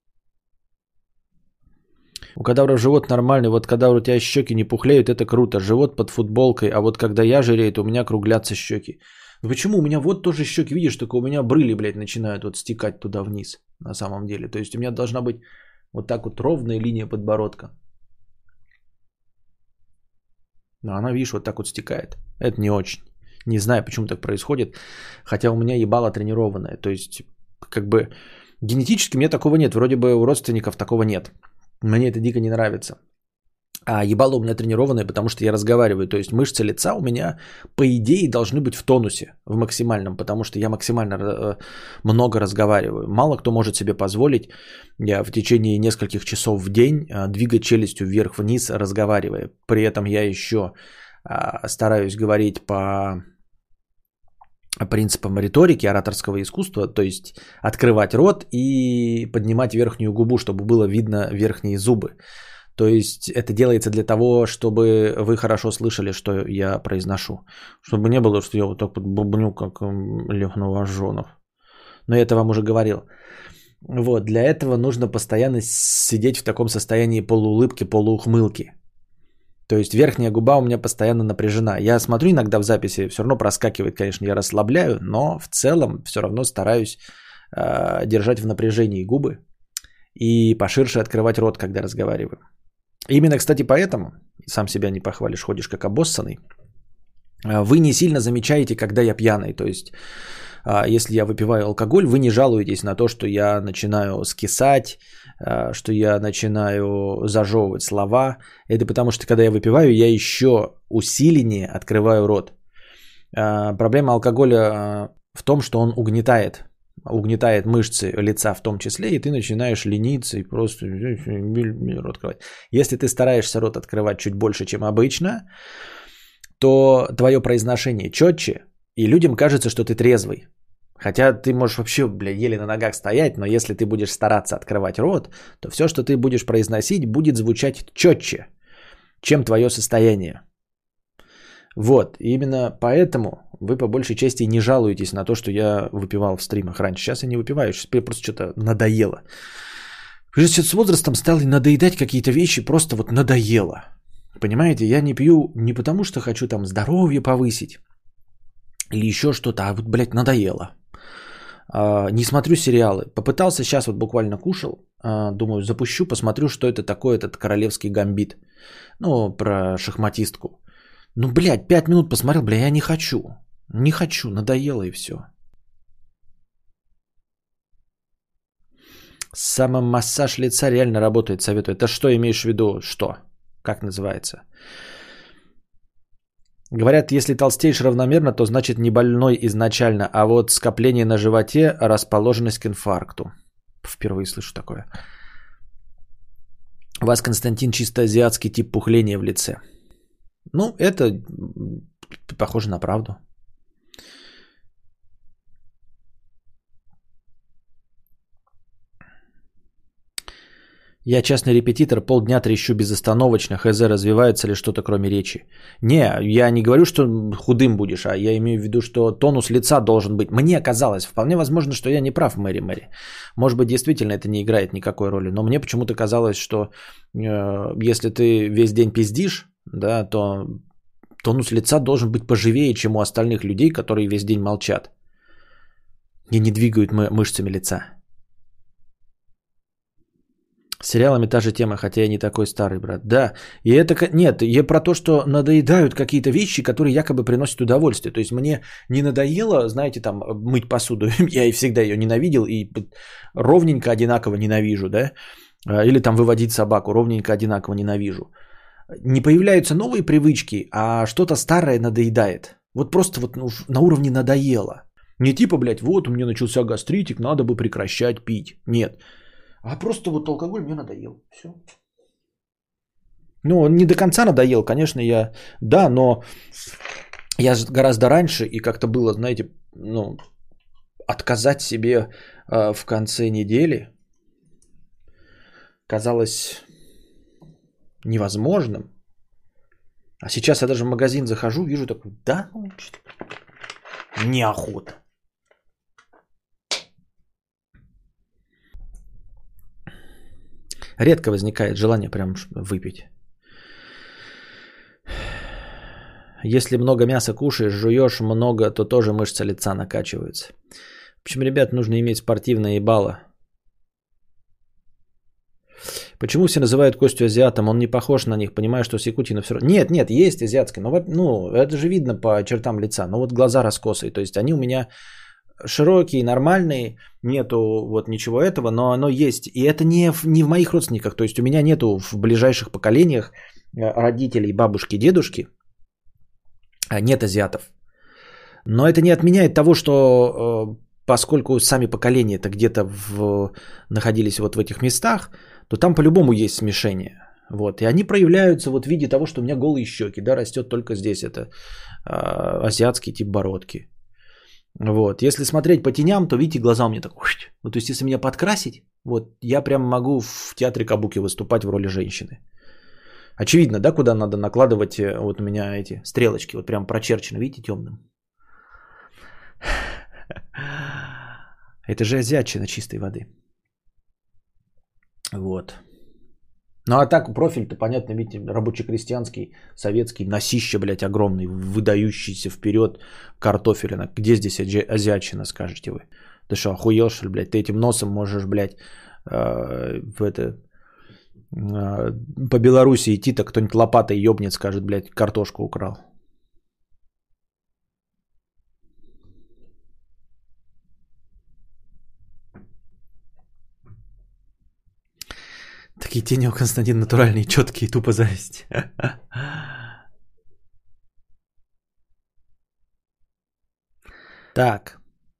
У кадавров живот нормальный, вот когда у тебя щеки не пухлеют, это круто. Живот под футболкой, а вот когда я жирею, то у меня круглятся щеки. Ну почему? У меня вот тоже щеки, видишь, только у меня брыли, блядь, начинают вот стекать туда вниз, на самом деле. То есть у меня должна быть вот так вот ровная линия подбородка. Но она, видишь, вот так вот стекает. Это не очень. Не знаю, почему так происходит. Хотя у меня ебало тренированное. То есть, как бы, генетически мне такого нет. Вроде бы у родственников такого нет. Мне это дико не нравится. А ебало у меня тренированное, потому что я разговариваю. То есть, мышцы лица у меня, по идее, должны быть в тонусе, в максимальном. Потому что я максимально много разговариваю. Мало кто может себе позволить я в течение нескольких часов в день двигать челюстью вверх-вниз, разговаривая. При этом я еще стараюсь говорить по принципам риторики, ораторского искусства, то есть открывать рот и поднимать верхнюю губу, чтобы было видно верхние зубы. То есть это делается для того, чтобы вы хорошо слышали, что я произношу. Чтобы не было, что я вот так вот бубню, как Лев Новожжонов. Но я это вам уже говорил. Вот, для этого нужно постоянно сидеть в таком состоянии полуулыбки, полуухмылки. То есть верхняя губа у меня постоянно напряжена. Я смотрю иногда в записи, все равно проскакивает, конечно, я расслабляю, но в целом все равно стараюсь э, держать в напряжении губы и поширше открывать рот, когда разговариваю. Именно, кстати, поэтому, сам себя не похвалишь, ходишь как обоссанный, вы не сильно замечаете, когда я пьяный. То есть, если я выпиваю алкоголь, вы не жалуетесь на то, что я начинаю скисать, что я начинаю зажевывать слова. Это потому, что когда я выпиваю, я еще усиленнее открываю рот. Проблема алкоголя в том, что он угнетает. угнетает мышцы лица в том числе, и ты начинаешь лениться и просто рот открывать. Если ты стараешься рот открывать чуть больше, чем обычно, то твое произношение четче, и людям кажется, что ты трезвый. Хотя ты можешь вообще, бля, еле на ногах стоять, но если ты будешь стараться открывать рот, то все, что ты будешь произносить, будет звучать четче, чем твое состояние. Вот, и именно поэтому вы по большей части не жалуетесь на то, что я выпивал в стримах раньше. Сейчас я не выпиваю, сейчас мне просто что-то надоело. Сейчас с возрастом стало надоедать какие-то вещи, просто вот надоело. Понимаете, я не пью не потому, что хочу там здоровье повысить или еще что-то, а вот, блядь, надоело. А, не смотрю сериалы. Попытался, сейчас вот буквально кушал, а, думаю, запущу, посмотрю, что это такое, этот королевский гамбит. Ну, про шахматистку. Ну, блядь, пять минут посмотрел, бля, я не хочу. Не хочу, надоело и все. Самомассаж лица реально работает, советую. Это что имеешь в виду? Что? Как называется? Говорят, если толстеешь равномерно, то значит не больной изначально, а вот скопление на животе, расположенность к инфаркту. Впервые слышу такое. У вас, Константин, чисто азиатский тип пухления в лице. Ну, это похоже на правду. Я частный репетитор, полдня трещу безостановочно, хз, развивается ли что-то кроме речи. Не, я не говорю, что худым будешь, а я имею в виду, что тонус лица должен быть. Мне казалось, вполне возможно, что я не прав, Мэри Мэри. Может быть, действительно это не играет никакой роли, но мне почему-то казалось, что э, если ты весь день пиздишь, да, то тонус лица должен быть поживее, чем у остальных людей, которые весь день молчат и не двигают мы- мышцами лица. С сериалами та же тема, хотя я не такой старый, брат. Да, и это... Нет, я про то, что надоедают какие-то вещи, которые якобы приносят удовольствие. То есть мне не надоело, знаете, там, мыть посуду. Я и всегда ее ненавидел, и ровненько одинаково ненавижу, да? Или там выводить собаку, ровненько одинаково ненавижу. Не появляются новые привычки, а что-то старое надоедает. Вот просто вот ну, на уровне надоело. Не типа, блядь, вот у меня начался гастритик, надо бы прекращать пить. Нет. А просто вот алкоголь мне надоел. Все. Ну, он не до конца надоел, конечно, я... Да, но я гораздо раньше, и как-то было, знаете, ну, отказать себе э, в конце недели казалось невозможным. А сейчас я даже в магазин захожу, вижу такой, да, ну, неохота. Редко возникает желание прям выпить. Если много мяса кушаешь, жуешь много, то тоже мышцы лица накачиваются. В общем, ребят, нужно иметь спортивное ебало. Почему все называют Костю азиатом? Он не похож на них, понимаю, что с Якутии, но все равно... Нет, нет, есть азиатское, но ну, это же видно по чертам лица. Но вот глаза раскосые, то есть они у меня широкие, нормальные, нету вот ничего этого, но оно есть. И это не в, не в моих родственниках, то есть у меня нету в ближайших поколениях родителей, бабушки, дедушки, нет азиатов. Но это не отменяет того, что поскольку сами поколения-то где-то в, находились вот в этих местах, то там по-любому есть смешение. Вот. И они проявляются вот в виде того, что у меня голые щеки, да, растет только здесь это э, азиатский тип бородки. Вот. Если смотреть по теням, то видите, глаза у меня так... Вот, то есть если меня подкрасить, вот я прям могу в театре Кабуки выступать в роли женщины. Очевидно, да, куда надо накладывать вот у меня эти стрелочки, вот прям прочерчено, видите, темным. Это же азиатчина чистой воды. Вот. Ну а так профиль-то, понятно, видите, рабоче-крестьянский, советский, носище, блядь, огромный, выдающийся вперед картофелина. Где здесь азиатчина, скажете вы? Ты что, охуел, что ли, блядь? Ты этим носом можешь, блядь, э, в это... по Беларуси идти, так кто-нибудь лопатой ебнет, скажет, блядь, картошку украл. Такие тени у Константина натуральные, четкие, тупо зависть. Так.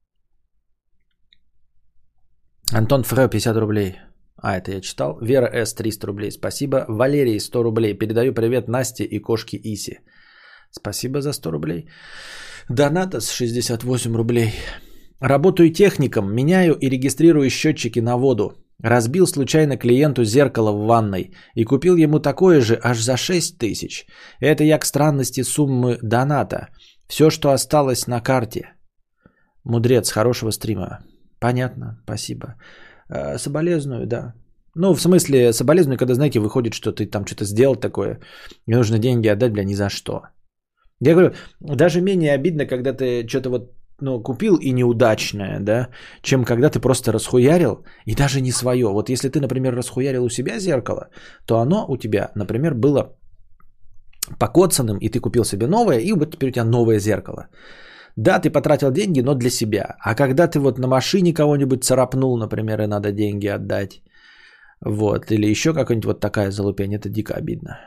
Антон Фрё, пятьдесят рублей. А, это я читал. Вера С, триста рублей. Спасибо. Валерий, сто рублей. Передаю привет Насте и кошке Иси. Спасибо за сто рублей. Донатас, шестьдесят восемь рублей. Работаю техником. Меняю и регистрирую счетчики на воду. Разбил случайно клиенту зеркало в ванной. И купил ему такое же аж за шесть тысяч. Это я к странности суммы доната. Все, что осталось на карте. Мудрец, хорошего стрима. Понятно, спасибо. Соболезную, да. Ну, в смысле, соболезную, когда, знаете, выходит, что ты там что-то сделал такое, и нужно деньги отдать, бля, ни за что. Я говорю, даже менее обидно, когда ты что-то вот, ну, купил и неудачное, да, чем когда ты просто расхуярил, и даже не свое. Вот если ты, например, расхуярил у себя зеркало, то оно у тебя, например, было покоцанным, и ты купил себе новое, и вот теперь у тебя новое зеркало. Да, ты потратил деньги, но для себя. А когда ты вот на машине кого-нибудь царапнул, например, и надо деньги отдать, вот, или еще какая-нибудь вот такая залупень, это дико обидно.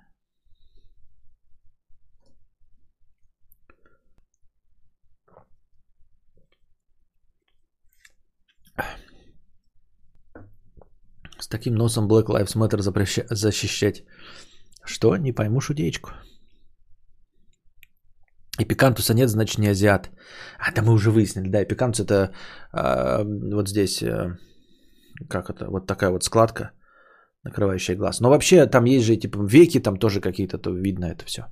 С таким носом Black Lives Matter запреща... защищать. Что? Не пойму шутеечку. И пикантуса нет, значит не азиат. А, да мы уже выяснили, да, и пикантус это э, вот здесь, э, как это, вот такая вот складка, накрывающая глаз. Но вообще там есть же типа веки, там тоже какие-то, то видно это все.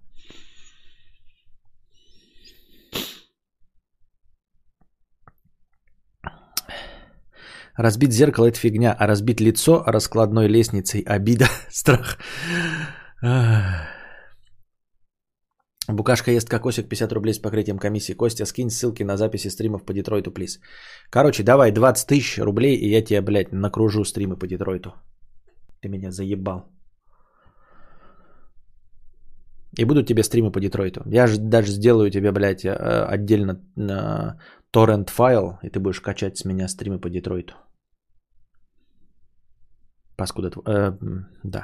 Разбить зеркало это фигня, а разбить лицо раскладной лестницей обида, страх. Букашка ест кокосик, пятьдесят рублей с покрытием комиссии. Костя, скинь ссылки на записи стримов по Детройту, плиз. Короче, давай двадцать тысяч рублей, и я тебе, блядь, накружу стримы по Детройту. Ты меня заебал. И будут тебе стримы по Детройту. Я же даже сделаю тебе, блядь, отдельно на торрент файл, и ты будешь качать с меня стримы по Детройту. Паскуда. Э, да.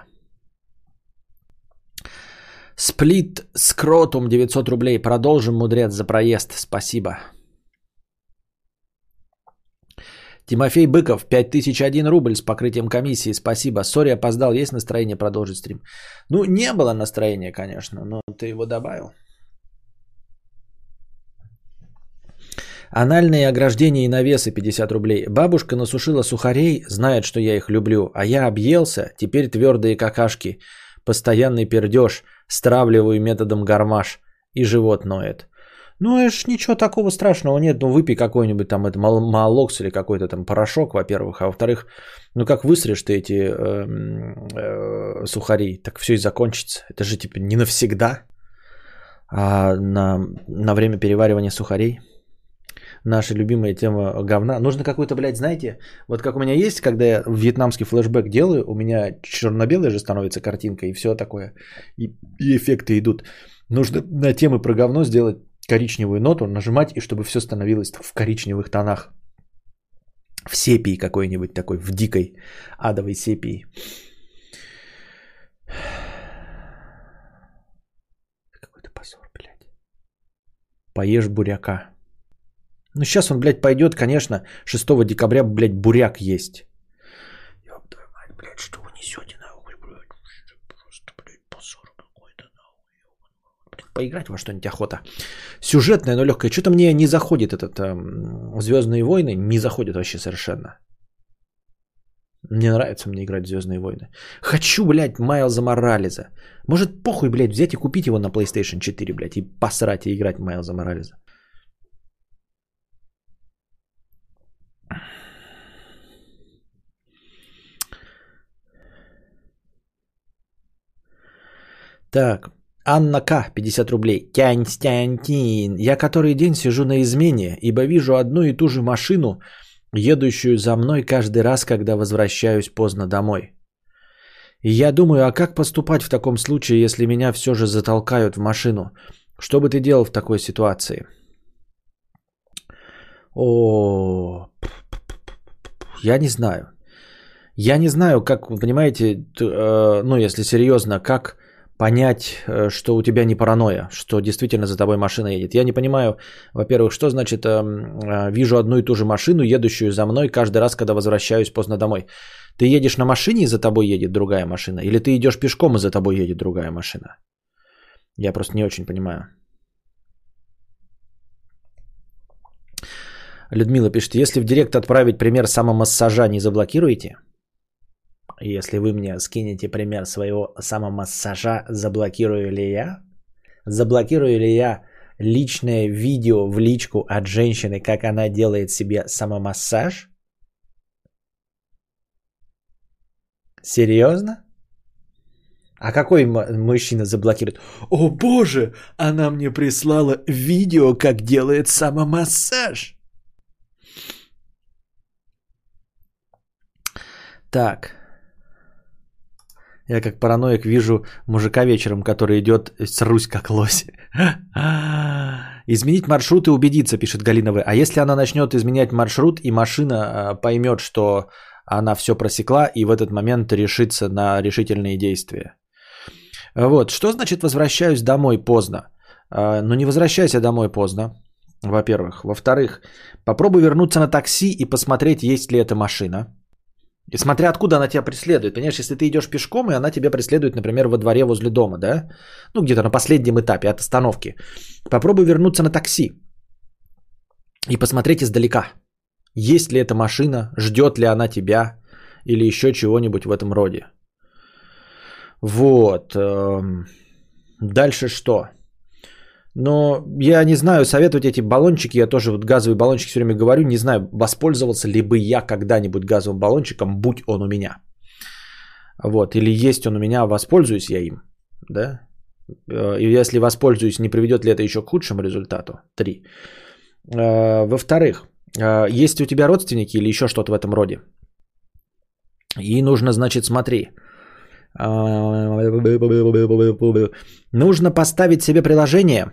Сплит Скротум девятьсот рублей. Продолжим, мудрец, за проезд. Спасибо. Тимофей Быков, пять тысяч один рубль с покрытием комиссии. Спасибо. Сори, опоздал. Есть настроение продолжить стрим? Ну, не было настроения, конечно, но ты его добавил. Анальные ограждения и навесы пятьдесят рублей. Бабушка насушила сухарей, знает, что я их люблю, а я объелся, теперь твердые какашки. Постоянный пердеж, стравливаю методом гармаш, и живот ноет. Ну, это ничего такого страшного нет, ну выпей какой-нибудь там это малокс или какой-то там порошок, во-первых, а во-вторых, ну как высрешь ты эти э, э, сухари, так все и закончится. Это же типа не навсегда, а на, на время переваривания сухарей. Наша любимая тема говна. Нужно какой-то, блядь, знаете, вот как у меня есть, когда я вьетнамский флешбэк делаю, у меня черно-белая же становится картинка и все такое, и, и эффекты идут. Нужно на темы про говно сделать коричневую ноту, нажимать, и чтобы все становилось в коричневых тонах. В сепии какой-нибудь такой, в дикой адовой сепии. Какой-то позор, блядь. Поешь буряка. Ну, сейчас он, блядь, пойдет, конечно, шестого декабря, блядь, буряк есть. Ёб твою мать, блядь, что вы несете, нахуй, блядь, просто, блядь, позор какой-то, нахуй. Поиграть во что-нибудь охота. Сюжетное, но легкое. Что-то мне не заходит этот эм, Звездные войны, не заходит вообще совершенно. Не нравится мне играть в Звездные войны. Хочу, блядь, Майлза Моралеза. Может, похуй, блядь, взять и купить его на плейстейшн четыре, блядь, и посрать и играть в Майлза Моралеза. Так, Анна К, пятьдесят рублей. Тянь-тянь-тин. Я который день сижу на измене, ибо вижу одну и ту же машину, едущую за мной каждый раз, когда возвращаюсь поздно домой. И я думаю, а как поступать в таком случае, если меня все же затолкают в машину? Что бы ты делал в такой ситуации? О, я не знаю. Я не знаю, как, вы понимаете, ну, если серьезно, как понять, что у тебя не паранойя, что действительно за тобой машина едет. Я не понимаю, во-первых, что значит вижу одну и ту же машину, едущую за мной каждый раз, когда возвращаюсь поздно домой. Ты едешь на машине, и за тобой едет другая машина? Или ты идешь пешком, и за тобой едет другая машина? Я просто не очень понимаю. Людмила пишет, если в директ отправить пример самомассажа, не заблокируете? Если вы мне скинете пример своего самомассажа, заблокирую ли я? Заблокирую ли я личное видео в личку от женщины, как она делает себе самомассаж? Серьезно? А какой мужчина заблокирует? О боже, она мне прислала видео, как делает самомассаж. Так. Я как параноик вижу мужика вечером, который идет срусь как лось. Изменить маршрут и убедиться, пишет Галина В. А если она начнет изменять маршрут и машина поймет, что она все просекла и в этот момент решится на решительные действия? Вот. Что значит возвращаюсь домой поздно? Ну не возвращайся домой поздно, во-первых. Во-вторых, попробуй вернуться на такси и посмотреть, есть ли эта машина. И смотря откуда она тебя преследует. Понимаешь, если ты идешь пешком, и она тебя преследует, например, во дворе возле дома, да? Ну, где-то на последнем этапе от остановки. Попробуй вернуться на такси. И посмотреть издалека. Есть ли эта машина, ждет ли она тебя, или еще чего-нибудь в этом роде. Вот. Дальше что? Но я не знаю, советовать эти баллончики, я тоже вот газовые баллончики все время говорю, не знаю, воспользовался ли бы я когда-нибудь газовым баллончиком, будь он у меня. Вот, или есть он у меня, воспользуюсь я им, да? И если воспользуюсь, не приведет ли это еще к худшему результату? Три. Во-вторых, есть у тебя родственники или еще что-то в этом роде? И нужно, значит, смотри. Нужно поставить себе приложение.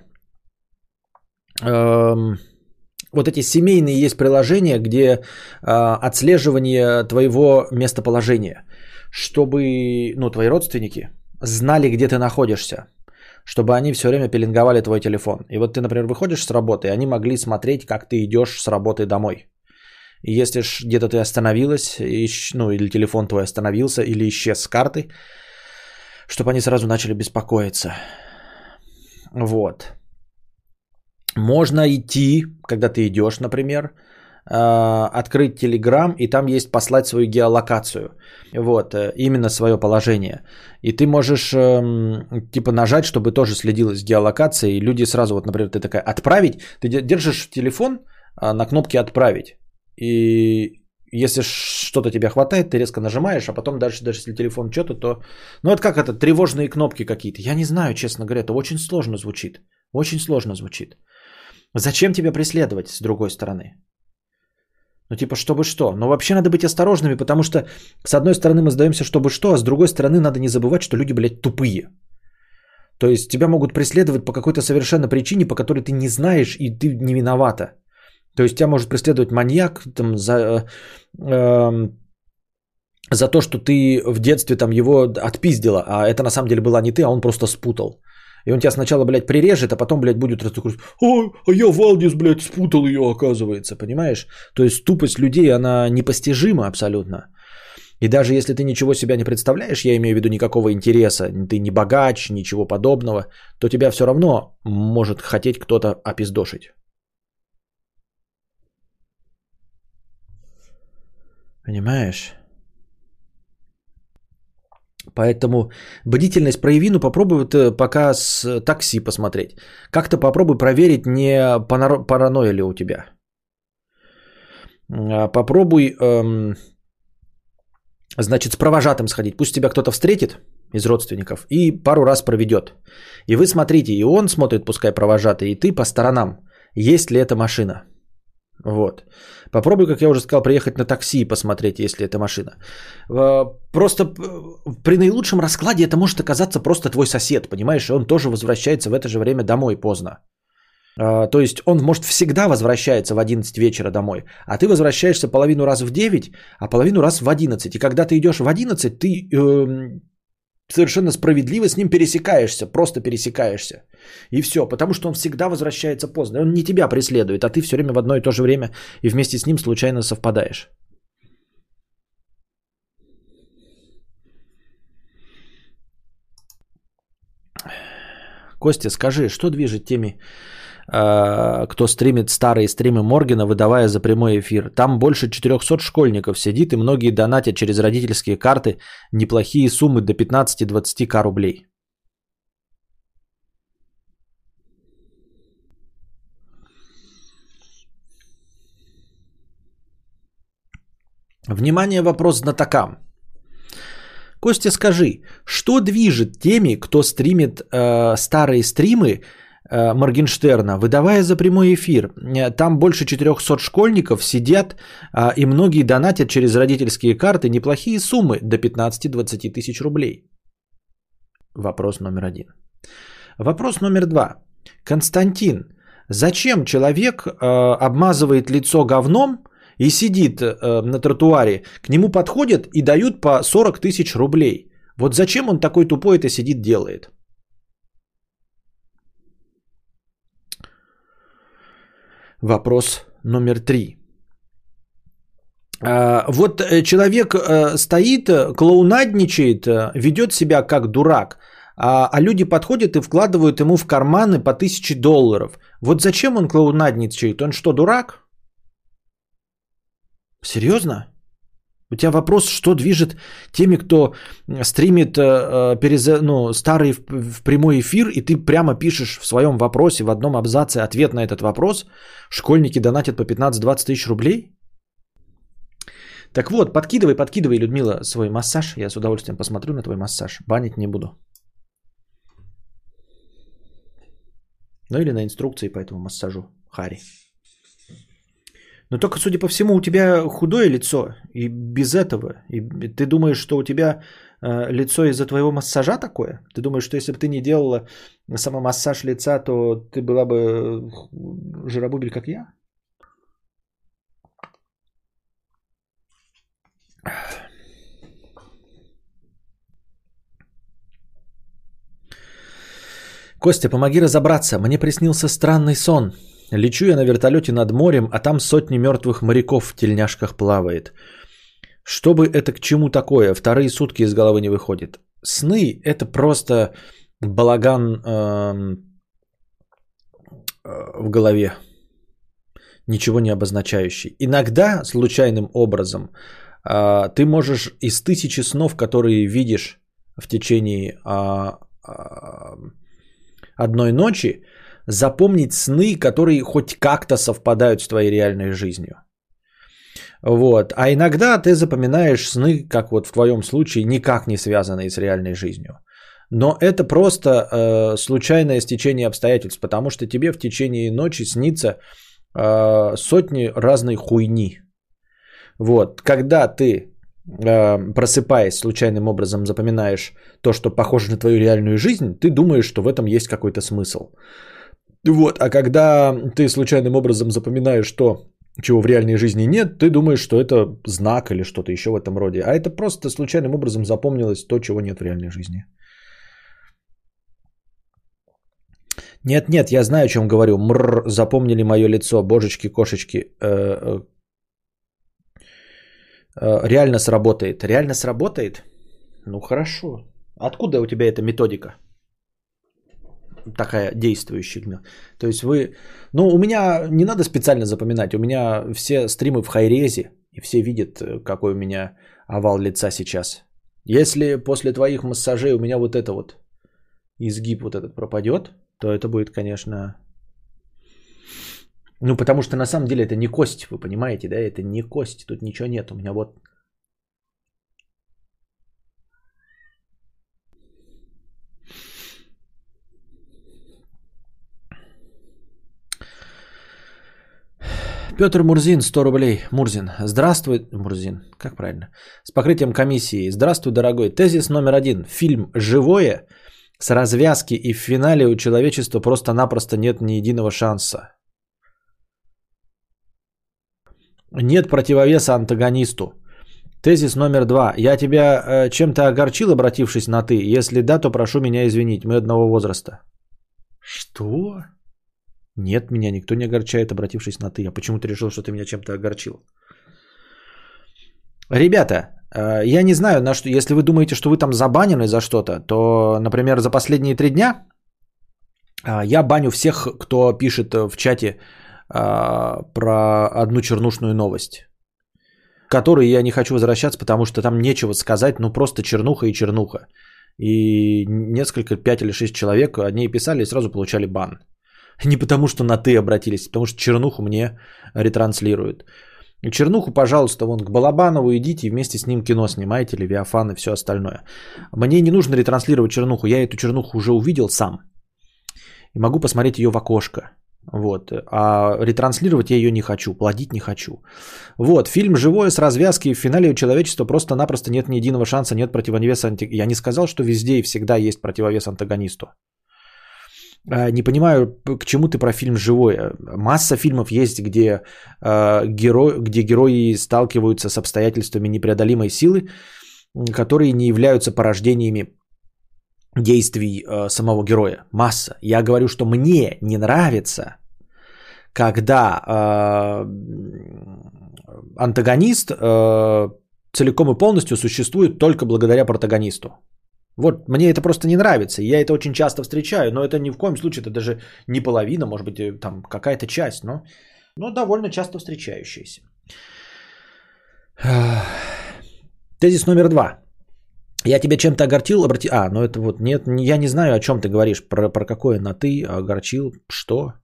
Вот эти семейные есть приложения, где отслеживание твоего местоположения, чтобы, ну, твои родственники знали, где ты находишься, чтобы они все время пеленговали твой телефон. И вот ты, например, выходишь с работы, и они могли смотреть, как ты идешь с работы домой. И если ж где-то ты остановилась, ищ- ну или телефон твой остановился, или исчез с карты, чтобы они сразу начали беспокоиться. Вот. Можно идти, когда ты идешь, например, э, открыть Telegram, и там есть послать свою геолокацию. Вот, э, именно свое положение. И ты можешь э, типа нажать, чтобы тоже следилась геолокация, и люди сразу, вот, например, ты такая «отправить», ты де- держишь телефон э, на кнопке «отправить», и если что-то тебе хватает, ты резко нажимаешь, а потом дальше, даже если телефон что-то, то... Ну, это как это, тревожные кнопки какие-то. Я не знаю, честно говоря, это очень сложно звучит. Очень сложно звучит. Зачем тебя преследовать с другой стороны? Ну, типа, чтобы что? Но вообще надо быть осторожными, потому что с одной стороны мы сдаемся, чтобы что, а с другой стороны надо не забывать, что люди, блядь, тупые. То есть тебя могут преследовать по какой-то совершенно причине, по которой ты не знаешь, и ты не виновата. То есть тебя может преследовать маньяк там, за, э, э, за то, что ты в детстве там, его отпиздила, а это на самом деле была не ты, а он просто спутал. И он тебя сначала, блядь, прирежет, а потом, блядь, будет разговаривать: ой, а я Валдис, блядь, спутал ее, оказывается, понимаешь? То есть тупость людей, она непостижима абсолютно. И даже если ты ничего себя не представляешь, я имею в виду никакого интереса, ты не богач, ничего подобного, то тебя все равно может хотеть кто-то опиздошить. Понимаешь? Поэтому бдительность прояви, ну попробуй вот пока с такси посмотреть. Как-то попробуй проверить, не панаро- паранойя ли у тебя. А, Попробуй, эм, значит, с провожатым сходить. Пусть тебя кто-то встретит из родственников и пару раз проведет. И вы смотрите, и он смотрит, пускай провожатый, и ты по сторонам, есть ли эта машина. Вот. Попробуй, как я уже сказал, приехать на такси и посмотреть, есть ли эта машина. Просто при наилучшем раскладе это может оказаться просто твой сосед, понимаешь? И он тоже возвращается в это же время домой поздно. То есть он, может, всегда возвращается в одиннадцать вечера домой, а ты возвращаешься половину раз в девять, а половину раз в одиннадцать. И когда ты идешь в одиннадцать, ты э, совершенно справедливо с ним пересекаешься, просто пересекаешься. И все, потому что он всегда возвращается поздно. Он не тебя преследует, а ты все время в одно и то же время и вместе с ним случайно совпадаешь. Костя, скажи, что движет теми, э, кто стримит старые стримы Моргена, выдавая за прямой эфир? Там больше четырехсот школьников сидит, и многие донатят через родительские карты неплохие суммы до пятнадцать-двадцать тысяч рублей. Внимание, вопрос знатокам. Костя, скажи, что движет теми, кто стримит э, старые стримы э, Моргенштерна, выдавая за прямой эфир? Там больше четырехсот школьников сидят, э, и многие донатят через родительские карты неплохие суммы до пятнадцать-двадцать тысяч рублей. Вопрос номер один. Вопрос номер два. Константин, зачем человек э, обмазывает лицо говном и сидит э, на тротуаре, к нему подходят и дают по сорок тысяч рублей? Вот зачем он такой тупой это сидит, делает? Вопрос номер три. Э, вот человек э, стоит, клоунадничает, э, ведет себя как дурак, а, а люди подходят и вкладывают ему в карманы по тысяче долларов. Вот зачем он клоунадничает? Он что, дурак? Серьезно? У тебя вопрос, что движет теми, кто стримит э, перез... ну, старый в, в прямой эфир, и ты прямо пишешь в своем вопросе, в одном абзаце ответ на этот вопрос. Школьники донатят по пятнадцать-двадцать тысяч рублей? Так вот, подкидывай, подкидывай, Людмила, свой массаж. Я с удовольствием посмотрю на твой массаж. Банить не буду. Ну или на инструкции по этому массажу, Хари. Но только, судя по всему, у тебя худое лицо, и без этого. И ты думаешь, что у тебя э, лицо из-за твоего массажа такое? Ты думаешь, что если бы ты не делала самомассаж лица, то ты была бы жиробубель, как я? Костя, помоги разобраться. Мне приснился странный сон. Лечу я на вертолете над морем, а там сотни мертвых моряков в тельняшках плавает. Что бы это к чему такое? Вторые сутки из головы не выходит. Сны – это просто балаган э, в голове, ничего не обозначающий. Иногда случайным образом э, ты можешь из тысячи снов, которые видишь в течение э, э, одной ночи, запомнить сны, которые хоть как-то совпадают с твоей реальной жизнью. Вот. А иногда ты запоминаешь сны, как вот в твоем случае, никак не связанные с реальной жизнью. Но это просто э, случайное стечение обстоятельств, потому что тебе в течение ночи снится э, сотни разной хуйни. Вот. Когда ты, э, просыпаясь, случайным образом запоминаешь то, что похоже на твою реальную жизнь, ты думаешь, что в этом есть какой-то смысл. Вот. А когда ты случайным образом запоминаешь то, чего в реальной жизни нет, ты думаешь, что это знак или что-то еще в этом роде. А это просто случайным образом запомнилось то, чего нет в реальной жизни. Нет-нет, я знаю, о чем говорю. Мрр, запомнили мое лицо, божечки-кошечки. Э-э- э- реально сработает. Реально сработает? Ну хорошо. Откуда у тебя эта методика? Такая действующая. То есть вы... Ну, у меня не надо специально запоминать. У меня все стримы в хайрезе. И все видят, какой у меня овал лица сейчас. Если после твоих массажей у меня вот это вот изгиб вот этот пропадет, то это будет, конечно... Ну, потому что на самом деле это не кость, вы понимаете, да? Это не кость, тут ничего нет. У меня вот... Петр Мурзин, сто рублей. Мурзин. Здравствуй, Мурзин. Как правильно? С покрытием комиссии. Здравствуй, дорогой. Тезис номер один. Фильм «Живое» с развязки и в финале у человечества просто-напросто нет ни единого шанса. Нет противовеса антагонисту. Тезис номер два. Я тебя э, чем-то огорчил, обратившись на «ты»? Если да, то прошу меня извинить. Мы одного возраста. Что? Нет, меня никто не огорчает, обратившись на «ты». Я почему-то решил, что ты меня чем-то огорчил. Ребята, я не знаю, на что, если вы думаете, что вы там забанены за что-то, то, например, за последние три дня я баню всех, кто пишет в чате про одну чернушную новость, к которой я не хочу возвращаться, потому что там нечего сказать, ну просто чернуха и чернуха. И несколько, пять или шесть человек о ней писали и сразу получали бан. Не потому, что на «ты» обратились, потому что чернуху мне ретранслируют. Чернуху, пожалуйста, вон к Балабанову идите и вместе с ним кино снимайте, Левиафан и все остальное. Мне не нужно ретранслировать чернуху, я эту чернуху уже увидел сам. И могу посмотреть ее в окошко. Вот. А ретранслировать я ее не хочу, плодить не хочу. Вот, фильм «Живое» с развязки, и в финале у человечества просто-напросто нет ни единого шанса, нет противовеса. Анти... Я не сказал, что везде и всегда есть противовес антагонисту. Не понимаю, к чему ты про фильм «Живое». Масса фильмов есть, где, э, геро... где герои сталкиваются с обстоятельствами непреодолимой силы, которые не являются порождениями действий э, самого героя. Масса. Я говорю, что мне не нравится, когда э, антагонист э, целиком и полностью существует только благодаря протагонисту. Вот, мне это просто не нравится, я это очень часто встречаю, но это ни в коем случае, это даже не половина, может быть, там какая-то часть, но, но довольно часто встречающаяся. Тезис номер два. Я тебя чем-то огорчил, обрати... А, ну это вот, нет, я не знаю, о чем ты говоришь, про, про какое на «ты» огорчил, что?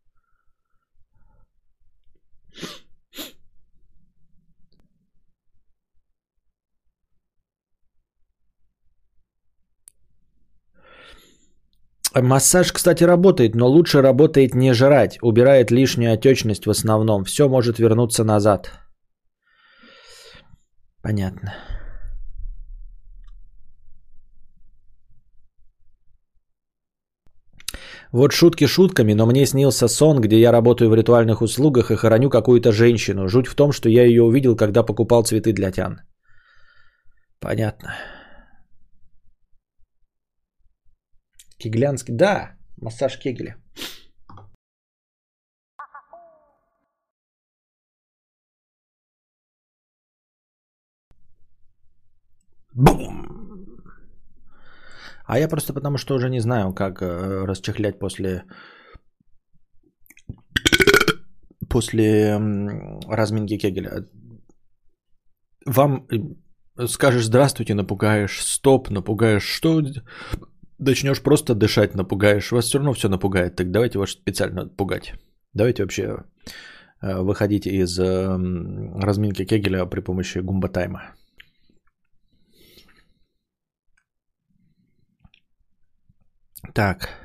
Массаж, кстати, работает, но лучше работает не жрать. Убирает лишнюю отечность в основном. Все может вернуться назад. Понятно. Вот шутки шутками, но мне снился сон, где я работаю в ритуальных услугах и хороню какую-то женщину. Жуть в том, что я ее увидел, когда покупал цветы для Тян. Понятно. Кеглянский, да, массаж Кегеля. Бум! А я просто потому, что уже не знаю, как э, расчехлять после, после м, разминки Кегеля. Вам скажешь здравствуйте, напугаешь, стоп, напугаешь, что? Начнешь просто дышать, напугаешь. Вас все равно все напугает. Так давайте вас специально пугать. Давайте вообще э, выходите из э, разминки Кегеля при помощи гумба-тайма. Так.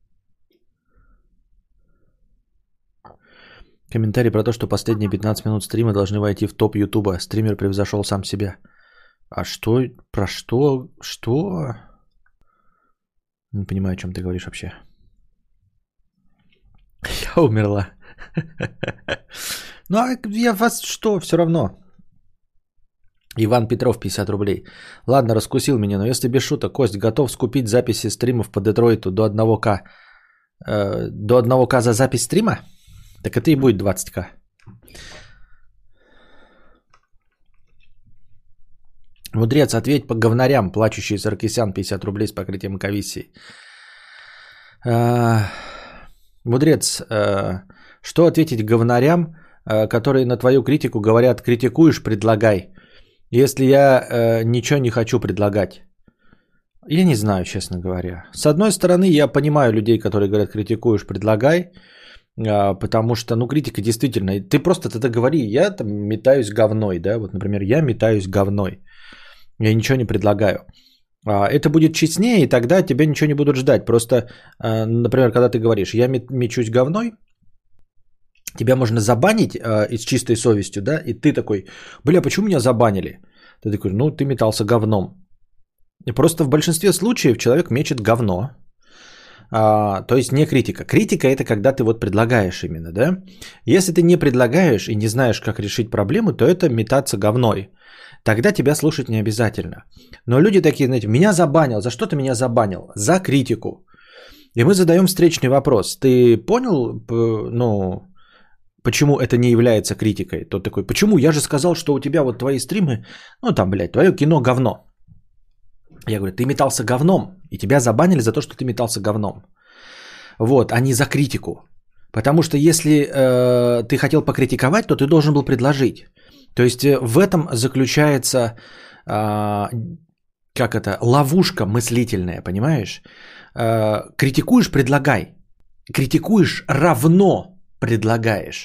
Комментарий про то, что последние пятнадцать минут стрима должны войти в топ Ютуба. Стример превзошел сам себя. А что? Про что? Что? Не понимаю, о чем ты говоришь вообще. Я умерла. Ну, а я вас что? Все равно. Иван Петров, пятьдесят рублей. Ладно, раскусил меня, но если без шуток, Кость, готов скупить записи стримов по Детройту до одного ка. Э, до одного ка за запись стрима? Так это и будет двадцать ка. Мудрец, ответь по говнарям, плачущий Саркисян, пятьдесят рублей с покрытием комиссии. Э, мудрец, э, что ответить говнарям, э, которые на твою критику говорят, критикуешь, предлагай. Если я э, ничего не хочу предлагать. Я не знаю, честно говоря. С одной стороны, я понимаю людей, которые говорят, критикуешь, предлагай. Э, потому что, ну, критика действительно... Ты просто тогда говори, я там метаюсь говной, да? Вот, например, я метаюсь говной. Я ничего не предлагаю. Э, это будет честнее, и тогда тебя ничего не будут ждать. Просто, э, например, когда ты говоришь, я мечусь говной, тебя можно забанить э, и с чистой совестью, да, и ты такой, бля, почему меня забанили? Ты такой, ну, ты метался говном. И просто в большинстве случаев человек мечет говно. А, то есть не критика. Критика это когда ты вот предлагаешь именно, да. Если ты не предлагаешь и не знаешь, как решить проблему, то это метаться говной. Тогда тебя слушать не обязательно. Но люди такие, знаете, меня забанил. За что ты меня забанил? За критику. И мы задаем встречный вопрос. Ты понял, ну... Почему это не является критикой? Тот такой, почему? Я же сказал, что у тебя вот твои стримы, ну там, блядь, твое кино говно. Я говорю, ты метался говном, и тебя забанили за то, что ты метался говном. Вот, а не за критику. Потому что если э, ты хотел покритиковать, то ты должен был предложить. То есть в этом заключается, э, как это, ловушка мыслительная, понимаешь? Э, критикуешь, предлагай. Критикуешь равно предлагаешь.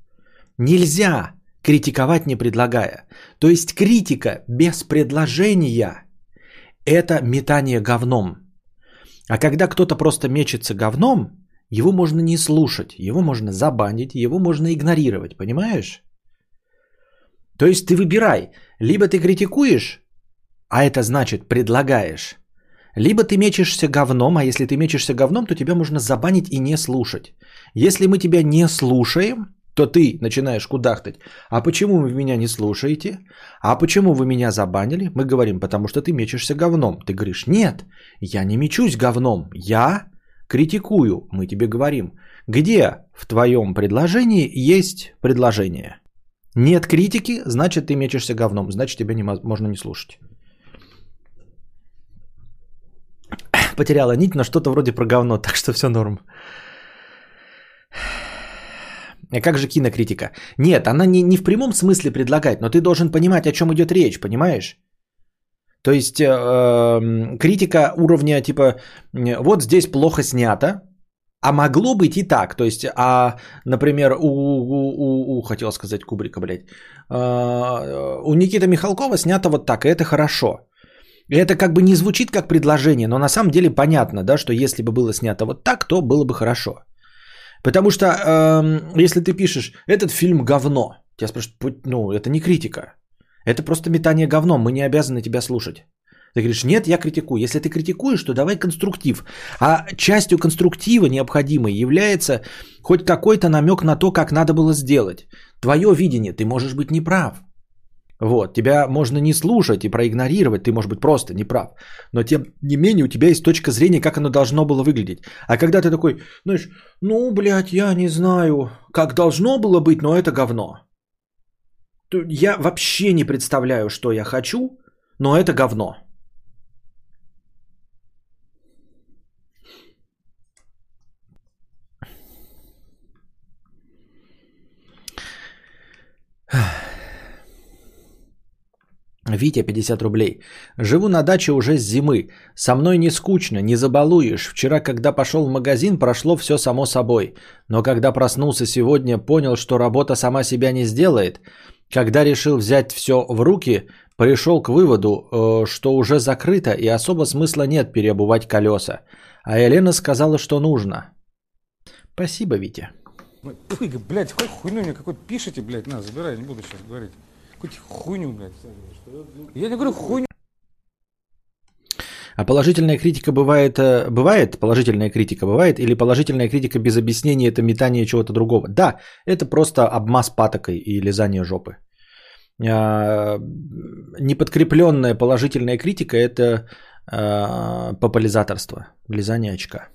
Нельзя критиковать, не предлагая. То есть критика без предложения – это метание говном. А когда кто-то просто мечется говном, его можно не слушать, его можно забанить, его можно игнорировать, понимаешь? То есть ты выбирай, либо ты критикуешь, а это значит предлагаешь, либо ты мечешься говном, а если ты мечешься говном, то тебя можно забанить и не слушать. Если мы тебя не слушаем, то ты начинаешь кудахтать. А почему вы меня не слушаете? А почему вы меня забанили? Мы говорим, потому что ты мечешься говном. Ты говоришь, нет, я не мечусь говном, я критикую. Мы тебе говорим, где в твоем предложении есть предложение? Нет критики, значит ты мечешься говном, значит тебя не, можно не слушать. Потеряла нить, но что-то вроде про говно, так что все норм. А как же кинокритика? Нет, она не, не в прямом смысле предлагать, но ты должен понимать, о чем идет речь, понимаешь? То есть э, критика уровня типа вот здесь плохо снято, а могло быть и так. То есть, а, например, у, у, у, у хотел сказать Кубрика, блядь, э, у Никиты Михалкова снято вот так, и это хорошо. И это как бы не звучит как предложение, но на самом деле понятно, да, что если бы было снято вот так, то было бы хорошо. Потому что э, если ты пишешь, этот фильм говно, тебя спрашивают, ну это не критика, это просто метание говном, мы не обязаны тебя слушать. Ты говоришь, нет, я критикую. Если ты критикуешь, то давай конструктив. А частью конструктива необходимой является хоть какой-то намек на то, как надо было сделать. Твое видение, ты можешь быть неправ. Вот, тебя можно не слушать и проигнорировать, ты можешь быть просто неправ. Но тем не менее у тебя есть точка зрения, как оно должно было выглядеть. А когда ты такой, знаешь, ну, блядь, я не знаю, как должно было быть, но это говно. Я вообще не представляю, что я хочу, но это говно. Витя, пятьдесят рублей. Живу на даче уже с зимы. Со мной не скучно, не забалуешь. Вчера, когда пошел в магазин, прошло все само собой. Но когда проснулся сегодня, понял, что работа сама себя не сделает. Когда решил взять все в руки, пришел к выводу, что уже закрыто и особо смысла нет переобувать колеса. А Елена сказала, что нужно. Спасибо, Витя. Ой, блядь, какой хуйню мне какой-то пишите, блядь, на, забирай, не буду сейчас говорить. Какую-то хуйню, блядь. Я не говорю хуйню. А положительная критика бывает, бывает, положительная критика бывает, или положительная критика без объяснения это метание чего-то другого? Да, это просто обмаз патокой и лизание жопы. Неподкрепленная положительная критика это популяризаторство, лизание очка.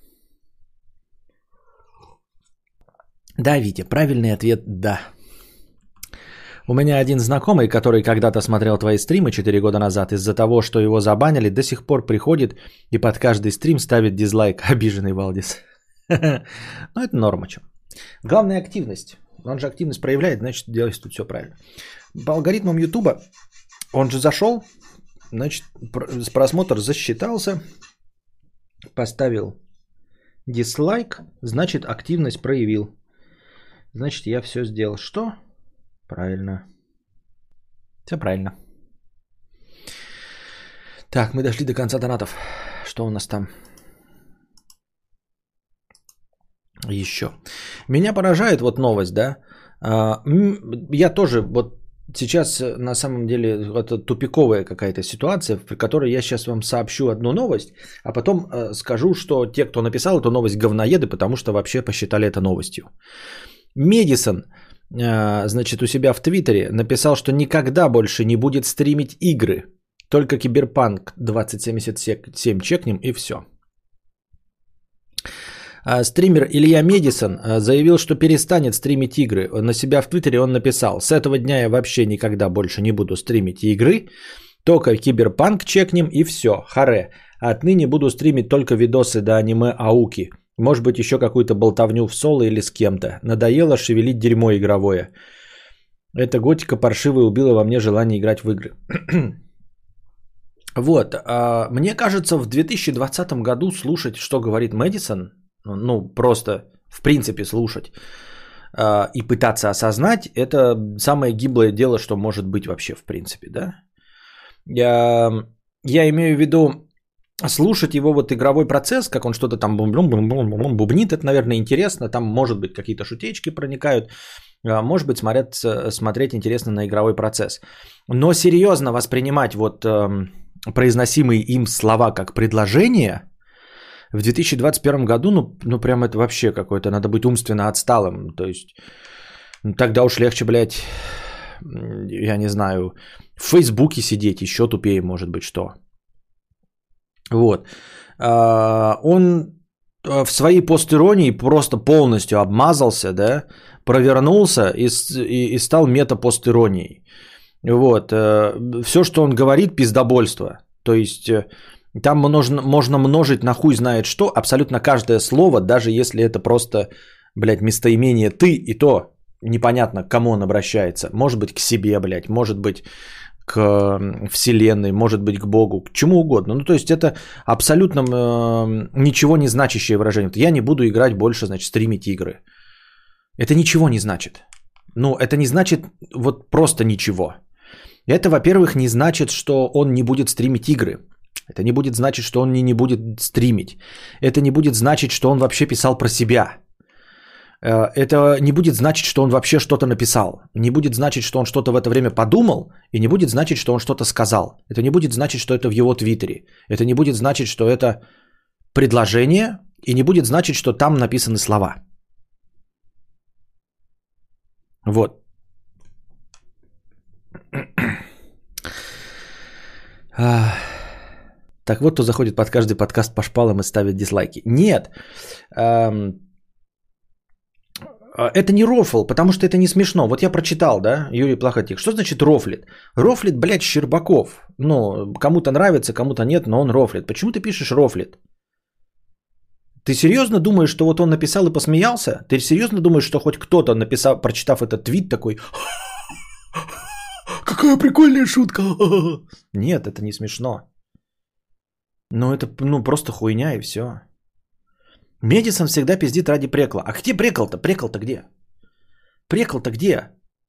Да, Витя, правильный ответ да. У меня один знакомый, который когда-то смотрел твои стримы четыре года назад, из-за того, что его забанили, до сих пор приходит и под каждый стрим ставит дизлайк. Обиженный Валдис. Ну, это норма. Чем. Главная активность. Он же активность проявляет, значит, делает тут все правильно. По алгоритмам Ютуба он же зашел, значит, просмотр засчитался, поставил дизлайк, значит, активность проявил. Значит, я все сделал. Что? Правильно. Все правильно. Так, мы дошли до конца донатов. Что у нас там? Еще. Меня поражает вот новость, да? Я тоже вот сейчас на самом деле это тупиковая какая-то ситуация, в которой я сейчас вам сообщу одну новость, а потом скажу, что те, кто написал эту новость, говноеды, потому что вообще посчитали это новостью. Мэдисон, значит, у себя в Твиттере написал, что никогда больше не будет стримить игры. Только Киберпанк двадцать семьдесят семь чекнем и все. Стример Илья Мэдисон заявил, что перестанет стримить игры. На себя в Твиттере он написал: с этого дня я вообще никогда больше не буду стримить игры. Только Киберпанк чекнем и все. Харе. Отныне буду стримить только видосы до аниме Ауки. Может быть, еще какую-то болтовню в соло или с кем-то. Надоело шевелить дерьмо игровое. Эта готика паршивая убила во мне желание играть в игры. Вот. А, мне кажется, в две тысячи двадцатом году слушать, что говорит Мэдисон, ну, просто в принципе слушать а, и пытаться осознать, это самое гиблое дело, что может быть вообще в принципе, да? Я, я имею в виду... Слушать его вот игровой процесс, как он что-то там бубнит, это, наверное, интересно. Там, может быть, какие-то шутечки проникают. Может быть, смотреть, смотреть интересно на игровой процесс. Но серьезно воспринимать вот э, произносимые им слова как предложение в две тысячи двадцать первом году, ну, ну, прям это вообще какое-то, надо быть умственно отсталым. То есть, ну, тогда уж легче, блядь, я не знаю, в Фейсбуке сидеть, еще тупее, может быть, что. Вот. Он в своей постиронии просто полностью обмазался, да, провернулся и, и, и стал метапостиронией. Вот. Все, что он говорит, пиздобольство. То есть там можно, можно множить на хуй знает что, абсолютно каждое слово, даже если это просто, блядь, местоимение «ты», и то непонятно, к кому он обращается. Может быть, к себе, блядь, может быть, к Вселенной, может быть, к Богу, к чему угодно. Ну, то есть это абсолютно э, ничего не значащее выражение. Я не буду играть больше, значит, стримить игры. Это ничего не значит. Ну, это не значит вот просто ничего. Это, во-первых, не значит, что он не будет стримить игры. Это не будет значить, что он не, не будет стримить. Это не будет значить, что он вообще писал про себя. Это не будет значить, что он вообще что-то написал. Не будет значить, что он что-то в это время подумал. И не будет значить, что он что-то сказал. Это не будет значить, что это в его твиттере. Это не будет значить, что это предложение. И не будет значить, что там написаны слова. Вот. Так вот, кто заходит под каждый подкаст по шпалам и ставит дизлайки. Нет. Это не рофл, потому что это не смешно. Вот я прочитал, да, Юрий Плохотик. Что значит рофлит? Рофлит, блядь, Щербаков. Ну, кому-то нравится, кому-то нет, но он рофлит. Почему ты пишешь рофлит? Ты серьезно думаешь, что вот он написал и посмеялся? Ты серьезно думаешь, что хоть кто-то, написал, прочитав этот твит, такой... Какая прикольная шутка! Нет, это не смешно. Ну, это ну, просто хуйня и все. Мэдисон всегда пиздит ради прекла. А где прекол-то? Прекол-то где? Прекол-то где?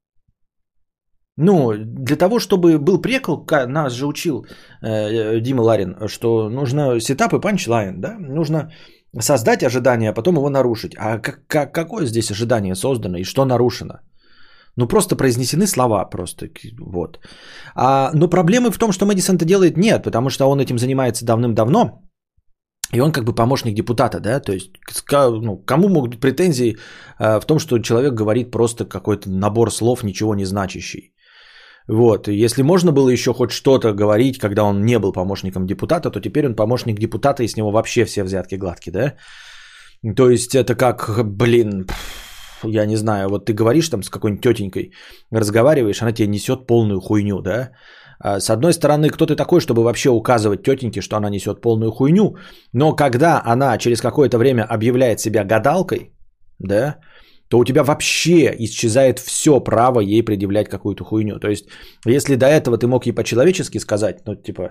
Ну, для того, чтобы был прекол, нас же учил э, Дима Ларин, что нужно сетап и панчлайн, да? Нужно создать ожидание, а потом его нарушить. А как, как, какое здесь ожидание создано и что нарушено? Ну, просто произнесены слова просто, вот. А, но проблемы в том, что Мэдисон это делает, нет, потому что он этим занимается давным-давно, и он как бы помощник депутата, да, то есть ну, кому могут быть претензии а, в том, что человек говорит просто какой-то набор слов, ничего не значащий. Вот, и если можно было еще хоть что-то говорить, когда он не был помощником депутата, то теперь он помощник депутата, и с него вообще все взятки гладкие, да. То есть это как, блин... Я не знаю, вот ты говоришь там с какой-нибудь тетенькой, разговариваешь, она тебе несет полную хуйню, да? А с одной стороны, кто ты такой, чтобы вообще указывать тетеньке, что она несет полную хуйню, но когда она через какое-то время объявляет себя гадалкой, да, то у тебя вообще исчезает все право ей предъявлять какую-то хуйню. То есть, если до этого ты мог ей по-человечески сказать, ну, типа,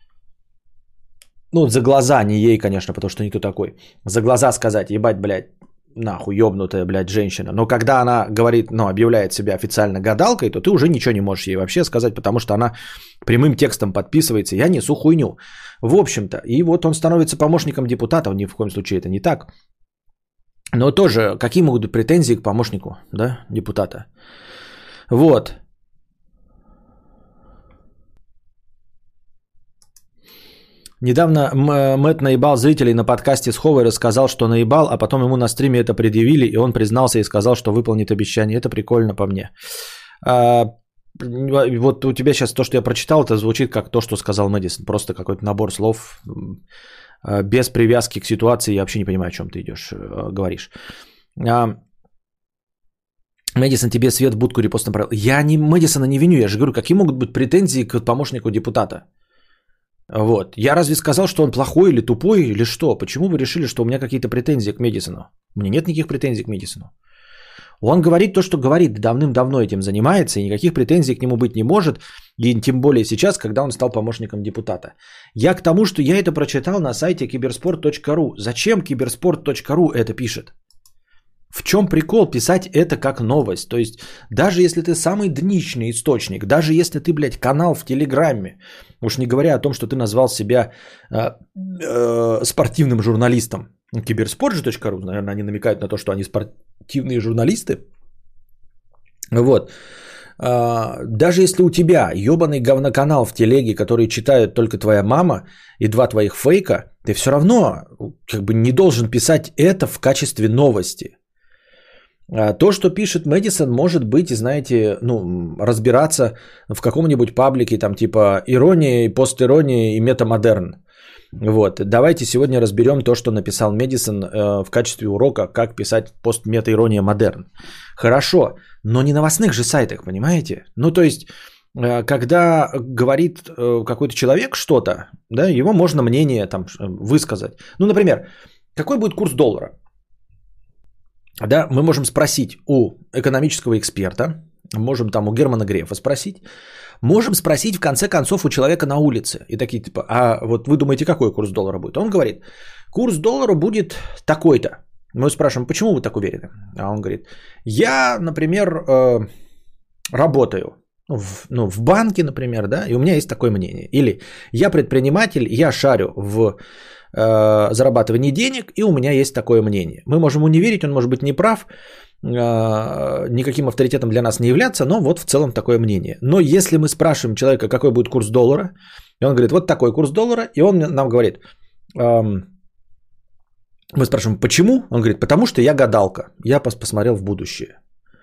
ну, за глаза, не ей, конечно, потому что никто такой, за глаза сказать, ебать, блядь, нахуй, ёбнутая, блядь, женщина. Но когда она говорит, ну, объявляет себя официально гадалкой, то ты уже ничего не можешь ей вообще сказать, потому что она прямым текстом подписывается, я несу хуйню. В общем-то, и вот он становится помощником депутата, ни в коем случае это не так. Но тоже, какие могут быть претензии к помощнику, да, депутата? Вот. Недавно Мэтт наебал зрителей на подкасте с Ховой, рассказал, что наебал, а потом ему на стриме это предъявили, и он признался и сказал, что выполнит обещание. Это прикольно по мне. А, вот у тебя сейчас то, что я прочитал, это звучит как то, что сказал Мэдисон. Просто какой-то набор слов без привязки к ситуации. Я вообще не понимаю, о чем ты идешь, говоришь. А, Мэдисон тебе свет в будку репост направил. Я не Мэдисона не виню, я же говорю, какие могут быть претензии к помощнику депутата? Вот. Я разве сказал, что он плохой или тупой или что? Почему вы решили, что у меня какие-то претензии к Мэдисону? У меня нет никаких претензий к Мэдисону. Он говорит то, что говорит, давным-давно этим занимается, и никаких претензий к нему быть не может, и тем более сейчас, когда он стал помощником депутата. Я к тому, что я это прочитал на сайте киберспорт точка ру. Зачем киберспорт точка ру это пишет? В чем прикол писать это как новость? То есть, даже если ты самый дничный источник, даже если ты, блядь, канал в Телеграме, уж не говоря о том, что ты назвал себя э, э, спортивным журналистом, киберспорт же точка ру, наверное, они намекают на то, что они спортивные журналисты. Вот. Э, даже если у тебя ебаный говноканал в Телеге, который читают только твоя мама и два твоих фейка, ты все равно как бы не должен писать это в качестве новости. То, что пишет Мэдисон, может быть, знаете, ну, разбираться в каком-нибудь паблике, там, типа ирония, постирония и метамодерн. Вот, давайте сегодня разберем то, что написал Мэдисон э, в качестве урока, как писать пост мета-ирония модерн. Хорошо, но не на новостных же сайтах, понимаете? Ну, то есть, э, когда говорит э, какой-то человек что-то, да, его можно мнение там высказать. Ну, например, какой будет курс доллара? Да, мы можем спросить у экономического эксперта, можем там у Германа Грефа спросить, можем спросить в конце концов у человека на улице. И такие типа, а вот вы думаете, какой курс доллара будет? Он говорит, курс доллара будет такой-то. Мы спрашиваем, почему вы так уверены? А он говорит, я, например, э, работаю в, ну, в банке, например, да, и у меня есть такое мнение. Или я предприниматель, я шарю в э, зарабатывании денег, и у меня есть такое мнение. Мы можем ему не верить, он может быть неправ, э, никаким авторитетом для нас не являться, но вот в целом такое мнение. Но если мы спрашиваем человека, какой будет курс доллара, и он говорит, вот такой курс доллара, и он нам говорит, э, мы спрашиваем, почему? Он говорит, потому что я гадалка, я посмотрел в будущее.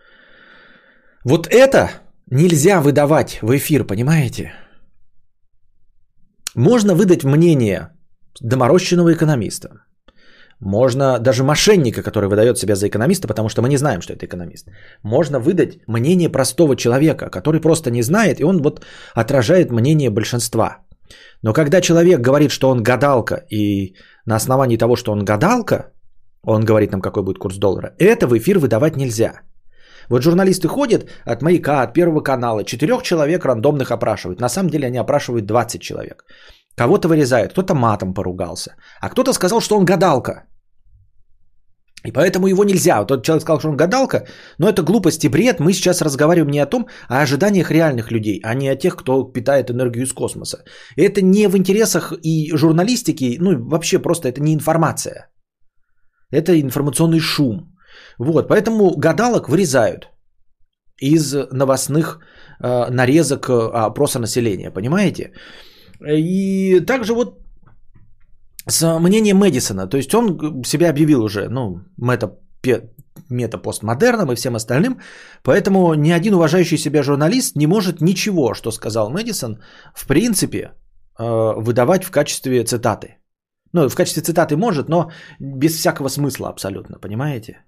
Вот это нельзя выдавать в эфир, понимаете? Можно выдать мнение доморощенного экономиста. можно даже мошенника, который выдает себя за экономиста, потому что мы не знаем, что это экономист, можно выдать мнение простого человека, который просто не знает, и он вот отражает мнение большинства. Но когда человек говорит, что он гадалка, и на основании того, что он гадалка, он говорит нам, какой будет курс доллара, это в эфир выдавать нельзя. Вот журналисты ходят от Маяка, от Первого канала, четырех человек рандомных опрашивают. На самом деле они опрашивают двадцать человек. Кого-то вырезают, кто-то матом поругался, а кто-то сказал, что он гадалка. И поэтому его нельзя. Вот тот человек сказал, что он гадалка, но это глупость и бред. Мы сейчас разговариваем не о том, а о ожиданиях реальных людей, а не о тех, кто питает энергию из космоса. Это не в интересах и журналистики, ну вообще просто это не информация. Это информационный шум. Вот, поэтому гадалок вырезают из новостных э, нарезок опроса населения, понимаете? И также вот с мнением Мэдисона, то есть он себя объявил уже, ну, мета, мета-постмодерном и всем остальным, поэтому ни один уважающий себя журналист не может ничего, что сказал Мэдисон, в принципе, э, выдавать в качестве цитаты. Ну, в качестве цитаты может, но без всякого смысла абсолютно, понимаете?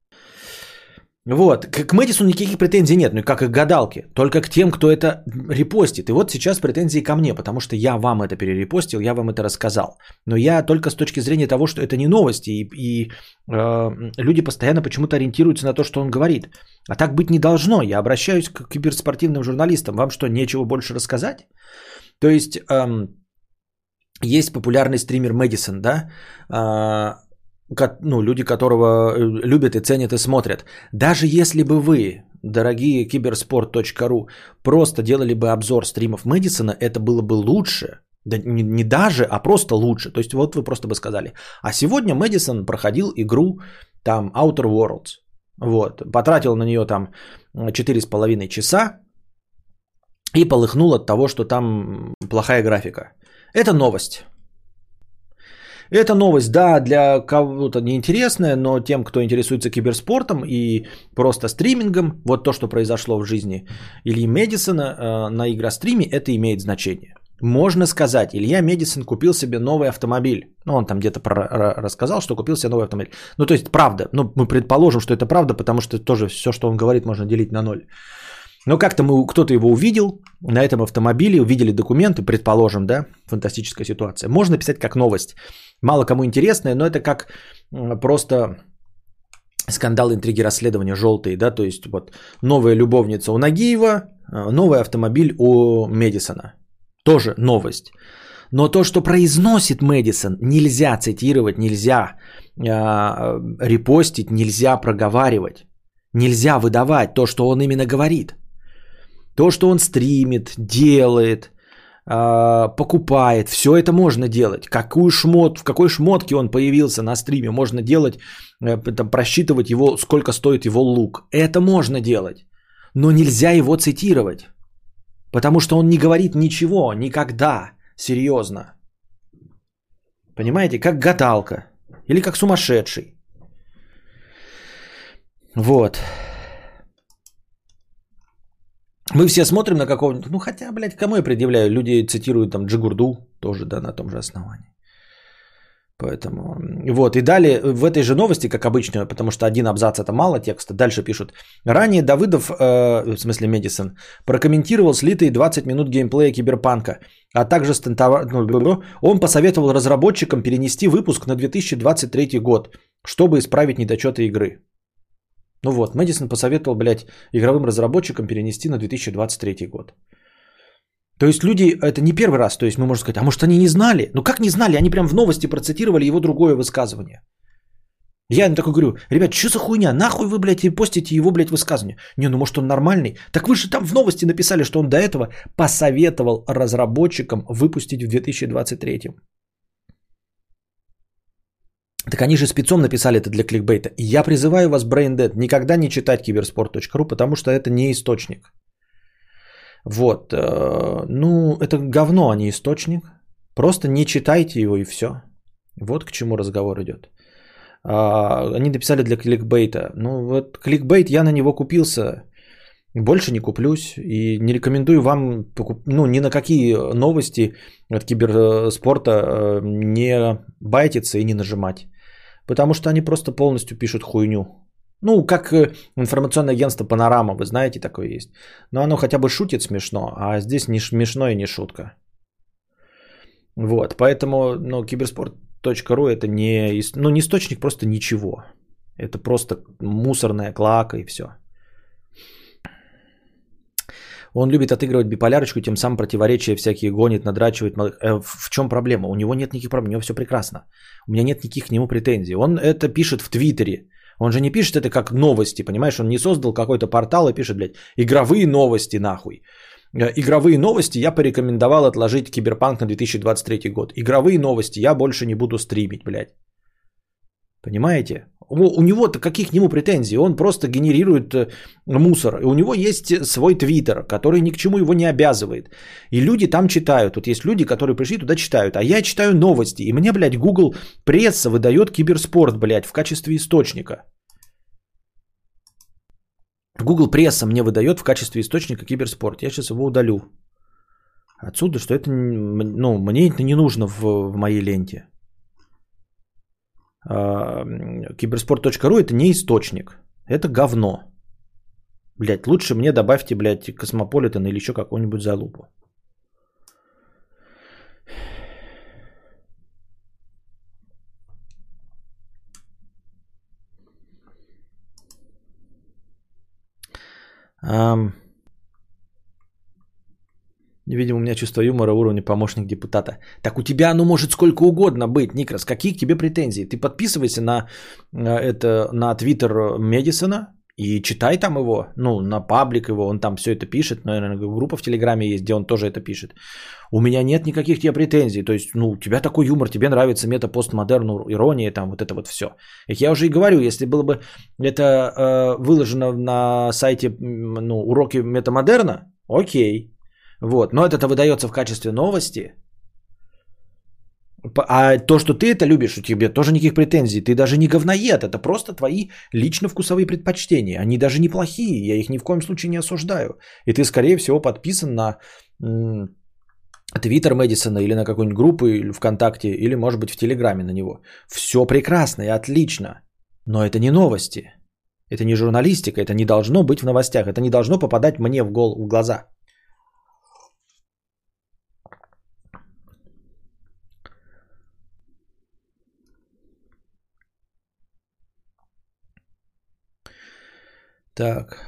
Вот, к Мэдисону никаких претензий нет, ну и как и к гадалке, только к тем, кто это репостит. И вот сейчас претензии ко мне, потому что я вам это перерепостил, я вам это рассказал. Но я только с точки зрения того, что это не новости, и, и э, люди постоянно почему-то ориентируются на то, что он говорит. А так быть не должно. Я обращаюсь к киберспортивным журналистам. Вам что, нечего больше рассказать? То есть, э, есть популярный стример Мэдисон, да, э, ну, люди, которого любят и ценят и смотрят. Даже если бы вы, дорогие киберспорт точка ру, просто делали бы обзор стримов Мэдисона, это было бы лучше. Да не, не даже, а просто лучше. То есть вот вы просто бы сказали. А сегодня Мэдисон проходил игру там Outer Worlds. Вот. Потратил на нее там четыре с половиной часа и полыхнул от того, что там плохая графика. Это новость. Это новость, да, для кого-то неинтересная, но тем, кто интересуется киберспортом и просто стримингом, вот то, что произошло в жизни Ильи Мэдисона э, на игростриме, это имеет значение. Можно сказать, Илья Мэдисон купил себе новый автомобиль. Ну, он там где-то про- рассказал, что купил себе новый автомобиль. Ну, то есть, правда. Ну, мы предположим, что это правда, потому что тоже все, что он говорит, можно делить на ноль. Но как-то мы, кто-то его увидел на этом автомобиле, увидели документы, предположим, да, фантастическая ситуация. Можно писать как новость. Мало кому интересная, но это как просто скандал, интриги, расследования желтые, да, то есть вот новая любовница у Нагиева, новый автомобиль у Мэдисона. Тоже новость. Но то, что произносит Мэдисон, нельзя цитировать, нельзя э, репостить, нельзя проговаривать. Нельзя выдавать то, что он именно говорит. То, что он стримит, делает, покупает, все это можно делать. Какую шмот, в какой шмотке он появился на стриме, можно делать, там, просчитывать его, сколько стоит его лук. Это можно делать, но нельзя его цитировать, потому что он не говорит ничего, никогда, серьезно. Понимаете, как гадалка или как сумасшедший. Вот. Мы все смотрим на какого-нибудь... Ну, хотя, блядь, кому я предъявляю? Люди цитируют там Джигурду, тоже, да, на том же основании. Поэтому... Вот, и далее в этой же новости, как обычно, потому что один абзац это мало текста, дальше пишут. Ранее Давыдов, э, в смысле Мэдисон, прокомментировал слитые двадцать минут геймплея Киберпанка, а также стентова... он посоветовал разработчикам перенести выпуск на две тысячи двадцать третий год, чтобы исправить недочеты игры. Ну вот, Мэдисон посоветовал, блядь, игровым разработчикам перенести на две тысячи двадцать третий год. То есть люди, это не первый раз, то есть мы можем сказать, а может они не знали? Ну как не знали? Они прям в новости процитировали его другое высказывание. Я им такой говорю, ребят, что за хуйня? Нахуй вы, блядь, постите его, блядь, высказывание? Не, ну может он нормальный? Так вы же там в новости написали, что он до этого посоветовал разработчикам выпустить в две тысячи двадцать третьем. Так они же спецом написали это для кликбейта. И я призываю вас, BrainDead, никогда не читать киберспорт точка ру, потому что это не источник. Вот. Ну, это говно, а не источник. Просто не читайте его и все. Вот к чему разговор идет. Они написали для кликбейта. Ну, вот кликбейт, я на него купился. Больше не куплюсь. И не рекомендую вам, ну, ни на какие новости от киберспорта не байтиться и не нажимать. Потому что они просто полностью пишут хуйню. Ну, как информационное агентство «Панорама», вы знаете, такое есть. Но оно хотя бы шутит смешно, а здесь не смешно и не шутка. Вот, поэтому, ну, киберспорт точка ру это не, ну, не источник просто ничего. Это просто мусорная клака и все. Он любит отыгрывать биполярочку, тем самым противоречия всякие гонит, надрачивает. В чем проблема? У него нет никаких проблем, у него все прекрасно. У меня нет никаких к нему претензий. Он это пишет в Твиттере. Он же не пишет это как новости, понимаешь? Он не создал какой-то портал и пишет, блядь, игровые новости нахуй. Игровые новости я порекомендовал отложить Киберпанк на две тысячи двадцать третий год. Игровые новости я больше не буду стримить, блядь. Понимаете? У, у него-то каких к нему претензий? Он просто генерирует мусор. И у него есть свой твиттер, который ни к чему его не обязывает. И люди там читают. Вот есть люди, которые пришли туда читают. А я читаю новости. И мне, блядь, Google пресса выдает киберспорт, блядь, в качестве источника. Google пресса мне выдает в качестве источника киберспорт. Я сейчас его удалю. Отсюда, что это, ну, мне это не нужно в, в моей ленте. Киберспорт точка ру это не источник. Это говно. Блядь, лучше мне добавьте, блядь, Космополитен или еще какую-нибудь залупу. Um... Видимо, у меня чувство юмора уровня помощник депутата. Так у тебя оно может сколько угодно быть, Никрос. Какие к тебе претензии? Ты подписывайся на, это, на твиттер Мэдисона и читай там его. Ну, на паблик его, он там все это пишет. Наверное, группа в Телеграме есть, где он тоже это пишет. У меня нет никаких тебе претензий. То есть, ну, у тебя такой юмор, тебе нравится мета-постмодерн, ирония, там вот это вот все. Я уже и говорю, если было бы это э, выложено на сайте, ну, уроки метамодерна, окей. Вот, но это-то выдается в качестве новости. А то, что ты это любишь, у тебя тоже никаких претензий. Ты даже не говноед, это просто твои лично-вкусовые предпочтения. Они даже неплохие, я их ни в коем случае не осуждаю. И ты, скорее всего, подписан на твиттер Мэдисона или на какую-нибудь группу или ВКонтакте, или, может быть, в Телеграме на него. Все прекрасно и отлично, но это не новости. Это не журналистика, это не должно быть в новостях, это не должно попадать мне в, гол- в глаза. Так.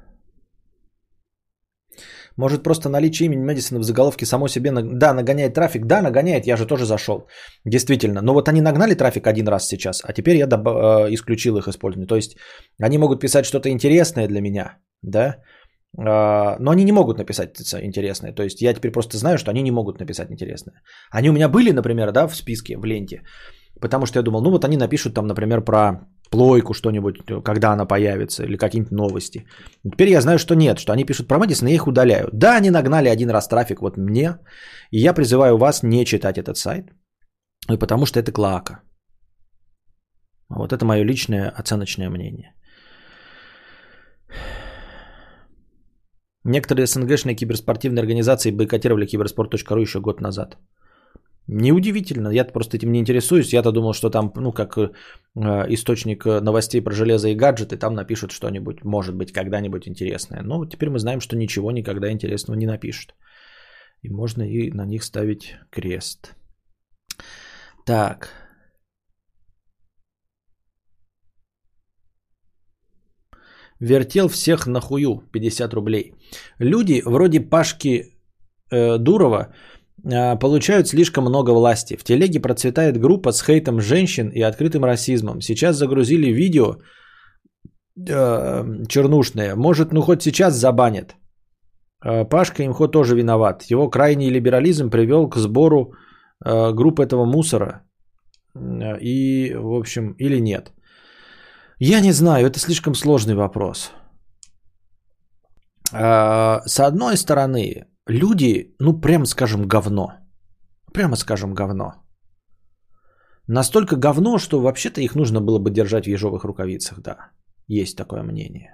Может, просто наличие имени Мэдисона в заголовке само себе, да, нагоняет трафик. Да, нагоняет, я же тоже зашел. Действительно. Но вот они нагнали трафик один раз сейчас, а теперь я доб... исключил их использование. То есть они могут писать что-то интересное для меня, да, но они не могут написать интересное. То есть я теперь просто знаю, что они не могут написать интересное. Они у меня были, например, да, в списке, в ленте, потому что я думал, ну вот они напишут там, например, про плойку что-нибудь, когда она появится, или какие-нибудь новости. Теперь я знаю, что нет, что они пишут про Мэдисон, и я их удаляю. Да, они нагнали один раз трафик вот мне, и я призываю вас не читать этот сайт, потому что это клоака. Вот это мое личное оценочное мнение. Некоторые СНГшные киберспортивные организации бойкотировали киберспорт точка ру еще год назад. Неудивительно, я просто этим не интересуюсь. Я-то думал, что там, ну, как э, источник новостей про железо и гаджеты, там напишут что-нибудь, может быть, когда-нибудь интересное. Но теперь мы знаем, что ничего никогда интересного не напишут. И можно и на них ставить крест. Так. Вертел всех на хую, пятьдесят рублей. Люди вроде Пашки э, Дурова получают слишком много власти. В телеге процветает группа с хейтом женщин и открытым расизмом. Сейчас загрузили видео э, чернушное. Может, ну хоть сейчас забанят. Э, Пашка имхо тоже виноват. Его крайний либерализм привел к сбору э, групп этого мусора. Э, и, в общем, или нет. Я не знаю, это слишком сложный вопрос. Э, с одной стороны, люди, ну, прямо скажем, говно. Прямо скажем, говно. Настолько говно, что вообще-то их нужно было бы держать в ежовых рукавицах, да. Есть такое мнение.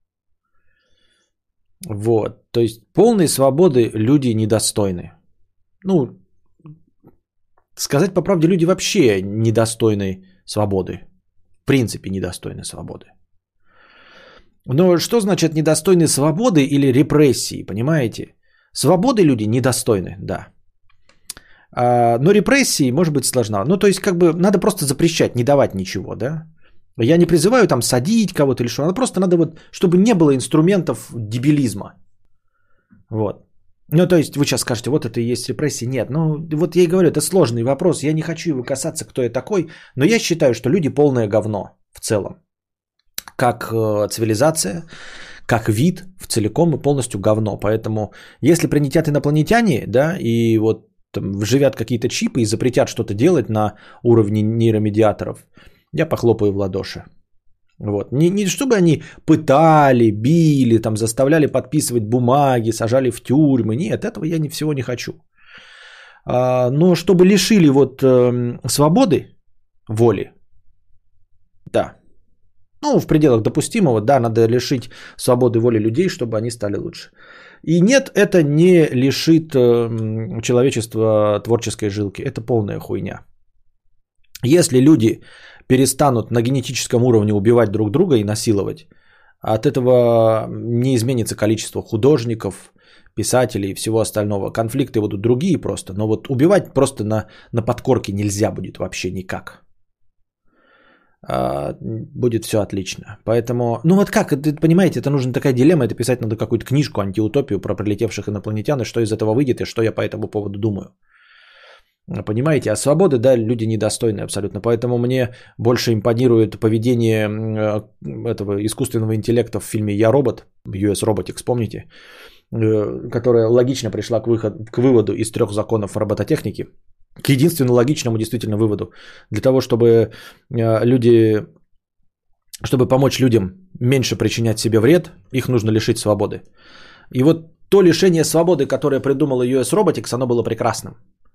Вот. То есть полной свободы люди недостойны. Ну, сказать по правде, люди вообще недостойны свободы. В принципе, недостойны свободы. Но что значит недостойны свободы или репрессии, понимаете? Свободы люди недостойны, да. А, но репрессии может быть сложно. Ну, то есть, как бы, надо просто запрещать, не давать ничего, да? Я не призываю там садить кого-то или что. Надо просто надо вот, чтобы не было инструментов дебилизма. Вот. Ну, то есть, вы сейчас скажете, вот это и есть репрессии. Нет, ну, вот я и говорю, это сложный вопрос. Я не хочу его касаться, кто я такой. Но я считаю, что люди полное говно в целом. Как э, цивилизация, как вид в целиком и полностью говно. Поэтому, если прилетят инопланетяне, да, и вот там вживят какие-то чипы и запретят что-то делать на уровне нейромедиаторов, я похлопаю в ладоши. Вот. Не, не чтобы они пытали, били, там, заставляли подписывать бумаги, сажали в тюрьмы. Нет, этого я не, всего не хочу. А, но чтобы лишили вот э, свободы, воли, да. Ну, в пределах допустимого, да, надо лишить свободы воли людей, чтобы они стали лучше. И нет, это не лишит э, человечества творческой жилки. Это полная хуйня. Если люди перестанут на генетическом уровне убивать друг друга и насиловать, от этого не изменится количество художников, писателей и всего остального. Конфликты будут другие просто, но вот убивать просто на, на подкорке нельзя будет вообще никак. А, будет все отлично. Поэтому, ну вот как, это, понимаете, это нужна такая дилемма, это писать надо какую-то книжку, антиутопию про прилетевших инопланетян, и что из этого выйдет, и что я по этому поводу думаю. Понимаете, а свободы, да, люди недостойны абсолютно. Поэтому мне больше импонирует поведение этого искусственного интеллекта в фильме «Я робот», ю эс Robotics, помните? Которая логично пришла к, выход, к выводу из трех законов робототехники. К единственно логичному действительно выводу. Для того, чтобы люди, чтобы помочь людям меньше причинять себе вред, их нужно лишить свободы. И вот то лишение свободы, которое придумала ю эс Robotics, оно было прекрасным.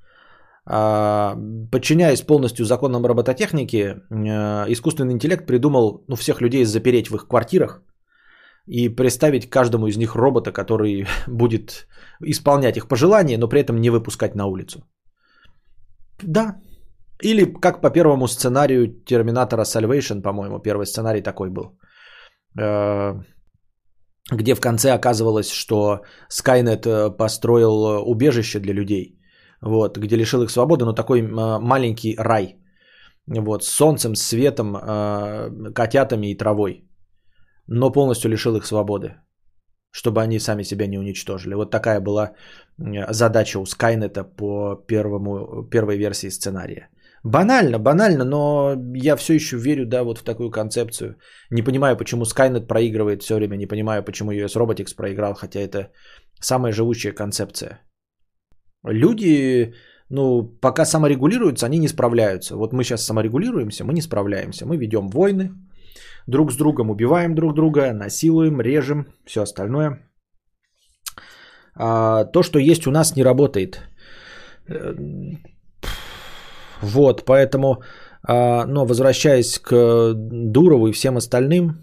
Подчиняясь полностью законам робототехники, искусственный интеллект придумал, ну, всех людей запереть в их квартирах и представить каждому из них робота, который будет исполнять их пожелания, но при этом не выпускать на улицу. Да. Или как по первому сценарию Терминатора Salvation, по-моему, первый сценарий такой был, где в конце оказывалось, что Skynet построил убежище для людей. Вот, где лишил их свободы, но такой э, маленький рай. Вот, с солнцем, светом, э, котятами и травой. Но полностью лишил их свободы. Чтобы они сами себя не уничтожили. Вот такая была задача у Скайнета по первому, первой версии сценария. Банально, банально, но я все еще верю, да, вот в такую концепцию. Не понимаю, почему Skynet проигрывает все время. Не понимаю, почему ю эс Robotics проиграл, хотя это самая живучая концепция. Люди, ну, пока саморегулируются, они не справляются. Вот мы сейчас саморегулируемся, мы не справляемся. Мы ведем войны друг с другом, убиваем друг друга, насилуем, режем, все остальное. А, то, что есть у нас, не работает. Вот, поэтому, а, но возвращаясь к Дурову и всем остальным,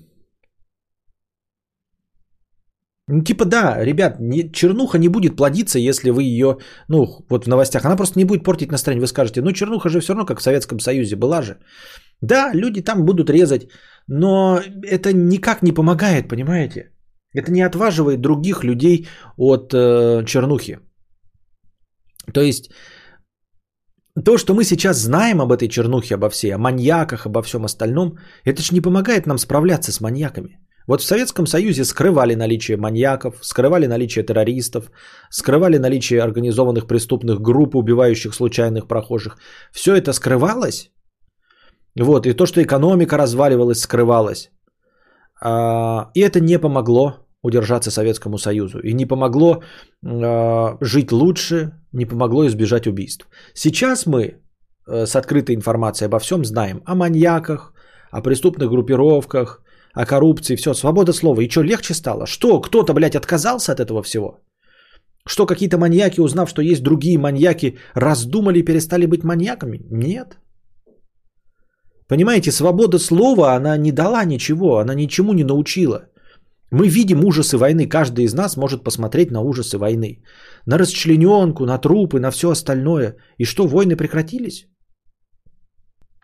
ну, типа, да, ребят, не, чернуха не будет плодиться, если вы ее, ну, вот в новостях, она просто не будет портить настроение. Вы скажете, ну, чернуха же все равно, как в Советском Союзе была же. Да, люди там будут резать, но это никак не помогает, понимаете? Это не отваживает других людей от э, чернухи. То есть, то, что мы сейчас знаем об этой чернухе, обо всей, о маньяках, обо всем остальном, это же не помогает нам справляться с маньяками. Вот в Советском Союзе скрывали наличие маньяков, скрывали наличие террористов, скрывали наличие организованных преступных групп, убивающих случайных прохожих. Все это скрывалось. Вот, и то, что экономика разваливалась, скрывалось. И это не помогло удержаться Советскому Союзу. И не помогло жить лучше, не помогло избежать убийств. Сейчас мы с открытой информацией обо всем знаем. О маньяках, о преступных группировках, о коррупции, все, свобода слова. И что, легче стало? Что, кто-то, блядь, отказался от этого всего? Что, какие-то маньяки, узнав, что есть другие маньяки, раздумали и перестали быть маньяками? Нет. Понимаете, свобода слова, она не дала ничего, она ничему не научила. Мы видим ужасы войны, каждый из нас может посмотреть на ужасы войны. На расчлененку, на трупы, на все остальное. И что, войны прекратились?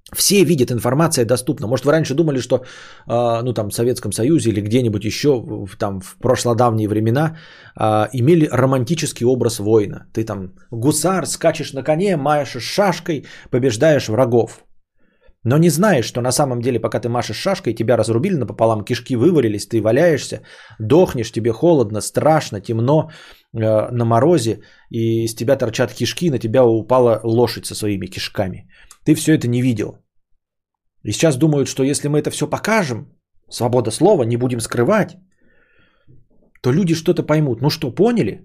Все видят, информация доступна. Может, вы раньше думали, что э, ну, там, в Советском Союзе или где-нибудь еще в, там, в прошлодавние времена э, имели романтический образ воина. Ты там гусар, скачешь на коне, машешь шашкой, побеждаешь врагов. Но не знаешь, что на самом деле, пока ты машешь шашкой, тебя разрубили напополам, кишки вывалились, ты валяешься, дохнешь, тебе холодно, страшно, темно, э, на морозе, и из тебя торчат кишки, на тебя упала лошадь со своими кишками. Ты все это не видел. И сейчас думают, что если мы это все покажем, свобода слова, не будем скрывать, то люди что-то поймут. Ну что, поняли?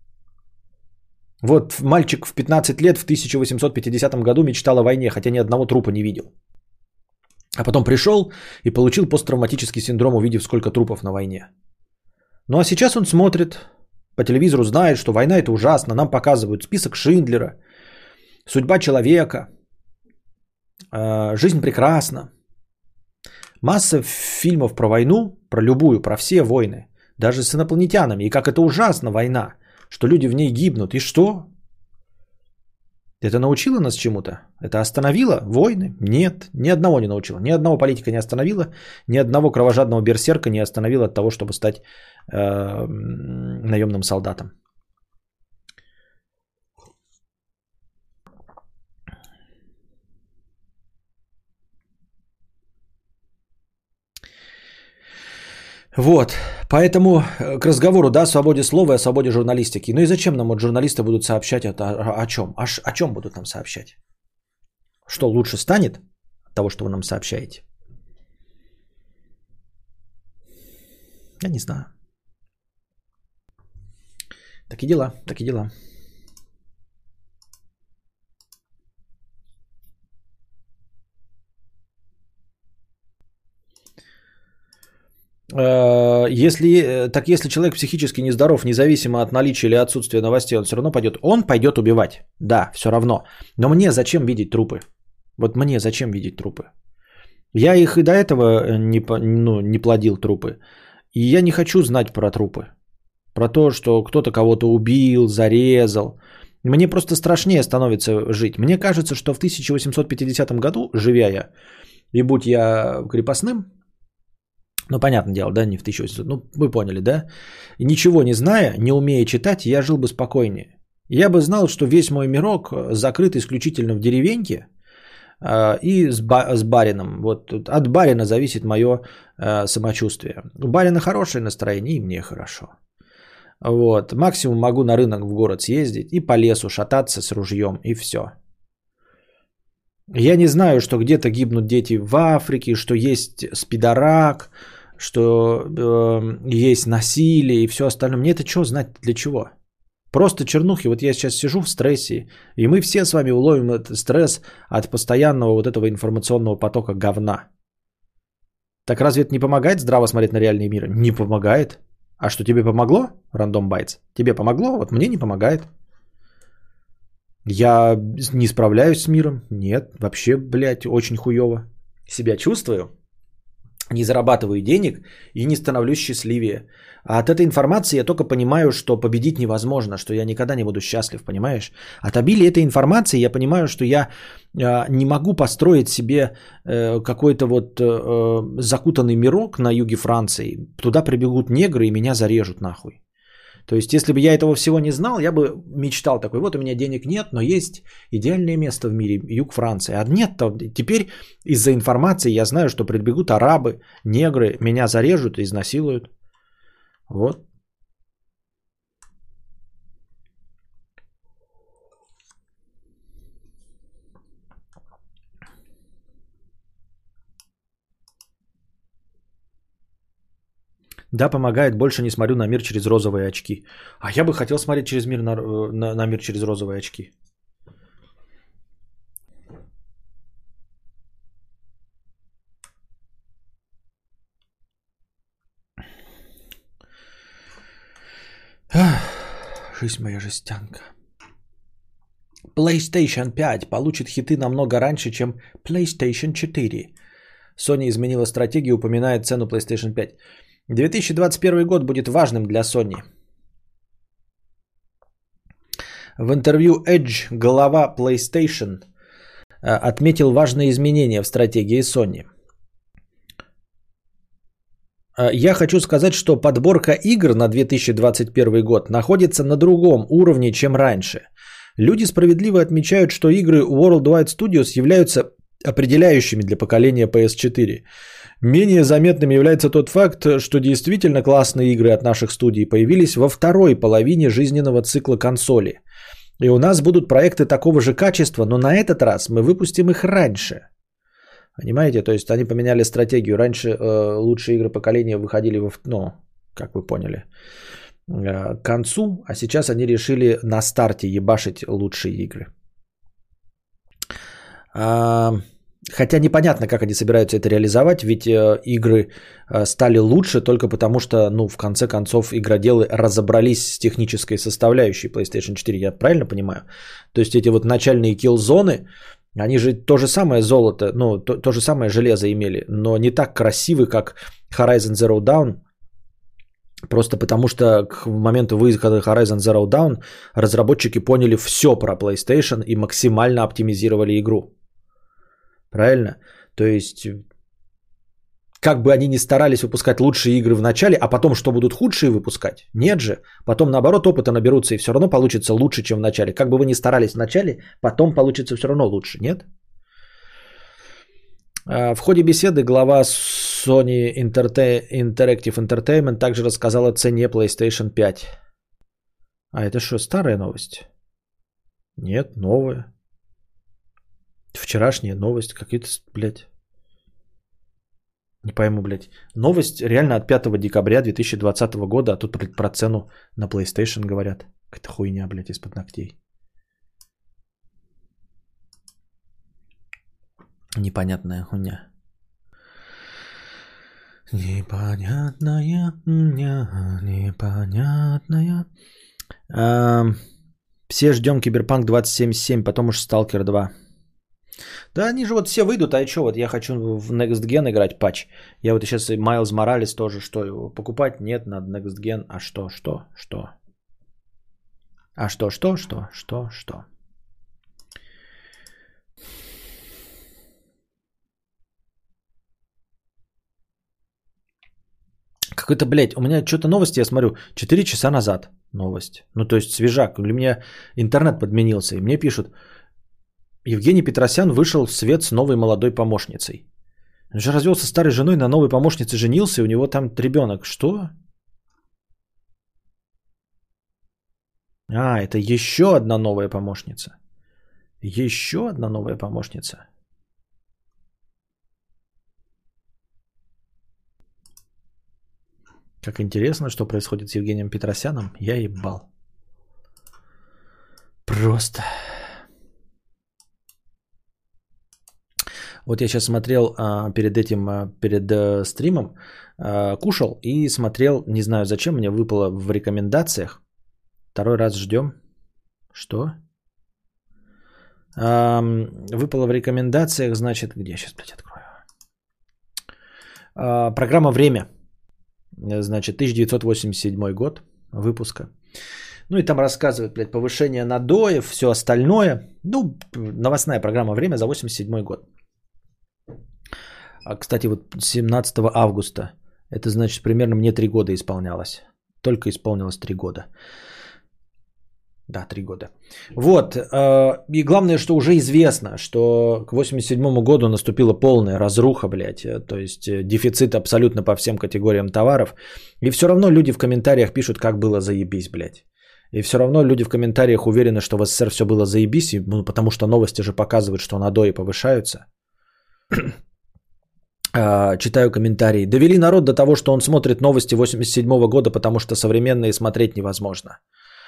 Вот мальчик в пятнадцать лет в тысяча восемьсот пятидесятом году мечтал о войне, хотя ни одного трупа не видел. А потом пришел и получил посттравматический синдром, увидев, сколько трупов на войне. Ну а сейчас он смотрит по телевизору, знает, что война это ужасно. Нам показывают список Шиндлера, судьба человека. Жизнь прекрасна. Масса фильмов про войну, про любую, про все войны. Даже с инопланетянами. И как это ужасно война, что люди в ней гибнут. И что? Это научило нас чему-то? Это остановило войны? Нет, ни одного не научило. Ни одного политика не остановило. Ни одного кровожадного берсерка не остановило от того, чтобы стать э, наемным солдатом. Вот, поэтому к разговору, да, о свободе слова и о свободе журналистики. Ну и зачем нам вот журналисты будут сообщать это, о, о чем? О, о чем будут нам сообщать? Что лучше станет от того, что вы нам сообщаете? Я не знаю. Такие дела, такие дела. Если, так если человек психически нездоров, независимо от наличия или отсутствия новостей, он все равно пойдет. Он пойдет убивать. Да, все равно. Но мне зачем видеть трупы? Вот мне зачем видеть трупы? Я их и до этого не, ну, не плодил трупы. И я не хочу знать про трупы. Про то, что кто-то кого-то убил, зарезал. Мне просто страшнее становится жить. Мне кажется, что в тысяча восемьсот пятидесятом году, живя я, и будь я крепостным, ну, понятное дело, да, не в тысяча восемьсот, ну, вы поняли, да? Ничего не зная, не умея читать, я жил бы спокойнее. Я бы знал, что весь мой мирок закрыт исключительно в деревеньке э, и с, ба- с барином. Вот от барина зависит мое э, самочувствие. У барина хорошее настроение, и мне хорошо. Вот. Максимум могу на рынок в город съездить и по лесу шататься с ружьем, и все. Я не знаю, что где-то гибнут дети в Африке, что есть спидорак, что э, есть насилие и все остальное. Мне это что знать для чего? Просто чернухи. Вот я сейчас сижу в стрессе, и мы все с вами уловим этот стресс от постоянного вот этого информационного потока говна. Так разве это не помогает здраво смотреть на реальный мир? Не помогает. А что, тебе помогло, Random Bytes? Тебе помогло? Вот мне не помогает. Я не справляюсь с миром. Нет, вообще, блядь, очень хуёво себя чувствую. Не зарабатываю денег и не становлюсь счастливее. А от этой информации я только понимаю, что победить невозможно, что я никогда не буду счастлив, понимаешь? От обилия этой информации я понимаю, что я э, не могу построить себе э, какой-то вот э, закутанный мирок на юге Франции. Туда прибегут негры и меня зарежут нахуй. То есть, если бы я этого всего не знал, я бы мечтал такой, вот у меня денег нет, но есть идеальное место в мире, юг Франции. А нет, теперь из-за информации я знаю, что прибегут арабы, негры, меня зарежут и изнасилуют. Вот. Да, помогает. Больше не смотрю на мир через розовые очки. А я бы хотел смотреть через мир на, на, на мир через розовые очки. Жизнь моя жестянка. PlayStation пять получит хиты намного раньше, чем PlayStation четыре. Sony изменила стратегию, упоминает цену PlayStation пять. две тысячи двадцать первый год будет важным для Sony. В интервью Edge глава PlayStation отметил важные изменения в стратегии Sony. Я хочу сказать, что подборка игр на две тысячи двадцать первый год находится на другом уровне, чем раньше. Люди справедливо отмечают, что игры Worldwide Studios являются определяющими для поколения пи эс четыре. Менее заметным является тот факт, что действительно классные игры от наших студий появились во второй половине жизненного цикла консоли. И у нас будут проекты такого же качества, но на этот раз мы выпустим их раньше. Понимаете? То есть они поменяли стратегию. Раньше э, лучшие игры поколения выходили, в, ну, как вы поняли, э, к концу, а сейчас они решили на старте ебашить лучшие игры. А, хотя непонятно, как они собираются это реализовать, ведь э, игры э, стали лучше только потому, что, ну, в конце концов, игроделы разобрались с технической составляющей PlayStation четыре, я правильно понимаю? То есть эти вот начальные киллзоны, они же то же самое золото, ну, то, то же самое железо имели, но не так красивы, как Horizon Zero Dawn, просто потому что к моменту выхода Horizon Zero Dawn разработчики поняли все про PlayStation и максимально оптимизировали игру. Правильно? То есть, как бы они ни старались выпускать лучшие игры в начале, а потом что будут худшие выпускать? Нет же. Потом наоборот опыта наберутся и все равно получится лучше, чем в начале. Как бы вы ни старались в начале, потом получится все равно лучше. Нет? В ходе беседы глава Sony Interactive Entertainment также рассказал о цене PlayStation пять. А это что, старая новость? Нет, новая. Вчерашняя новость. Какие-то, блядь... Не пойму, блядь. Новость реально от пятого декабря две тысячи двадцатого года, а тут про цену на PlayStation говорят. Какая-то хуйня, блядь, из-под ногтей. Непонятная хуйня. Непонятная хуйня, непонятная. А, все ждем Киберпанк двадцать семьдесят семь, потом уж Сталкер два. Да они же вот все выйдут, а что, вот я хочу в Next Gen играть патч. Я вот сейчас Майлз Моралес тоже, что его покупать? Нет, надо Next Gen. А что, что, что? А что, что, что, что, что? Какой-то, блядь, у меня что-то новости, я смотрю, четыре часа назад новость. Ну, то есть свежак. Для меня интернет подменился, и мне пишут, Евгений Петросян вышел в свет с новой молодой помощницей. Он же развелся с старой женой, на новой помощнице женился, и у него там ребенок. Что? А, это еще одна новая помощница. Еще одна новая помощница. Как интересно, что происходит с Евгением Петросяном. Я ебал. Просто... Вот я сейчас смотрел а, перед этим, а, перед а, стримом, а, кушал и смотрел, не знаю зачем, мне выпало в рекомендациях. Второй раз ждем. Что? А, выпало в рекомендациях, значит, где я сейчас, блядь, открою? А, программа «Время». Значит, тысяча девятьсот восемьдесят седьмой год выпуска. Ну и там рассказывают, блядь, повышение надоев, все остальное. Ну, новостная программа «Время» за восемьдесят седьмой год. А, кстати, вот семнадцатого августа, это значит, примерно мне три года исполнялось. Только исполнилось три года. Да, три года. Вот, и главное, что уже известно, что к восемьдесят седьмому году наступила полная разруха, блядь, то есть дефицит абсолютно по всем категориям товаров. И все равно люди в комментариях пишут, как было заебись, блядь. И все равно люди в комментариях уверены, что в СССР все было заебись, ну, потому что новости же показывают, что надои повышаются. Читаю комментарии. Довели народ до того, что он смотрит новости восемьдесят седьмого года, потому что современные смотреть невозможно.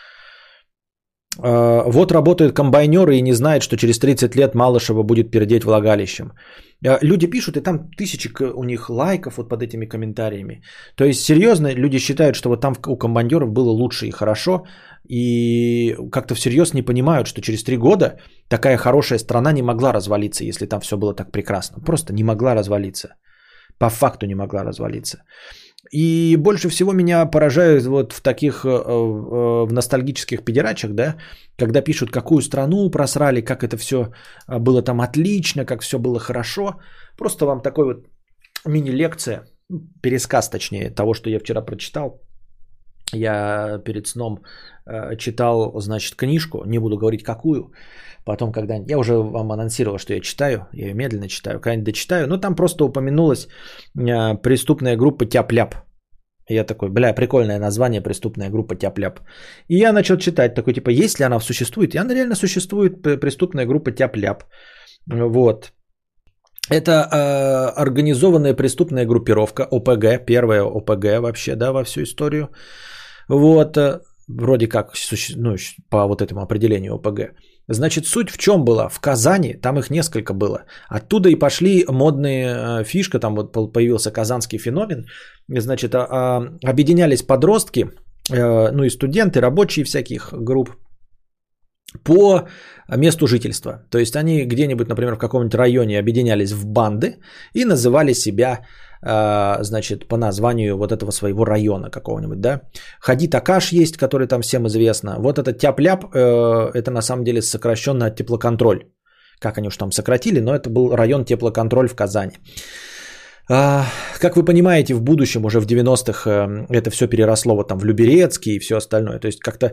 Вот работают комбайнеры и не знают, что через тридцать лет Малышева будет пердеть влагалищем. Люди пишут, и там тысячи у них лайков вот под этими комментариями. То есть, серьезно, люди считают, что вот там у комбайнеров было лучше и хорошо, и как-то всерьез не понимают, что через три года такая хорошая страна не могла развалиться, если там все было так прекрасно. Просто не могла развалиться. По факту не могла развалиться. И больше всего меня поражают вот в таких э, э, в ностальгических педерачах, да, когда пишут, какую страну просрали, как это все было там отлично, как все было хорошо. Просто вам такой вот мини-лекция, пересказ точнее того, что я вчера прочитал. Я перед сном э, читал, значит, книжку, не буду говорить какую, потом когда-нибудь, я уже вам анонсировал, что я читаю, я ее медленно читаю, когда-нибудь дочитаю, но там просто упомянулась э, преступная группа Тяп-Ляп. Я такой, бля, прикольное название, преступная группа Тяп-Ляп. И я начал читать, такой, типа, есть ли она существует? И она реально существует, преступная группа Тяп-Ляп. Вот. Это э, организованная преступная группировка, ОПГ, первая ОПГ вообще, да, во всю историю. Вот, вроде как, ну, по вот этому определению ОПГ. Значит, суть в чем была? В Казани, там их несколько было. Оттуда и пошли модные фишки, там вот появился казанский феномен. Значит, объединялись подростки, ну и студенты, рабочие всяких групп по месту жительства. То есть они где-нибудь, например, в каком-нибудь районе объединялись в банды и называли себя, значит, по названию вот этого своего района какого-нибудь, да. Хади Такаш есть, который там всем известно. Вот этот Тяп-Ляп, это на самом деле сокращенно от Теплоконтроль. Как они уж там сократили, но это был район Теплоконтроль в Казани. Как вы понимаете, в будущем, уже в девяностых, это все переросло вот там в Люберецкий и все остальное. То есть как-то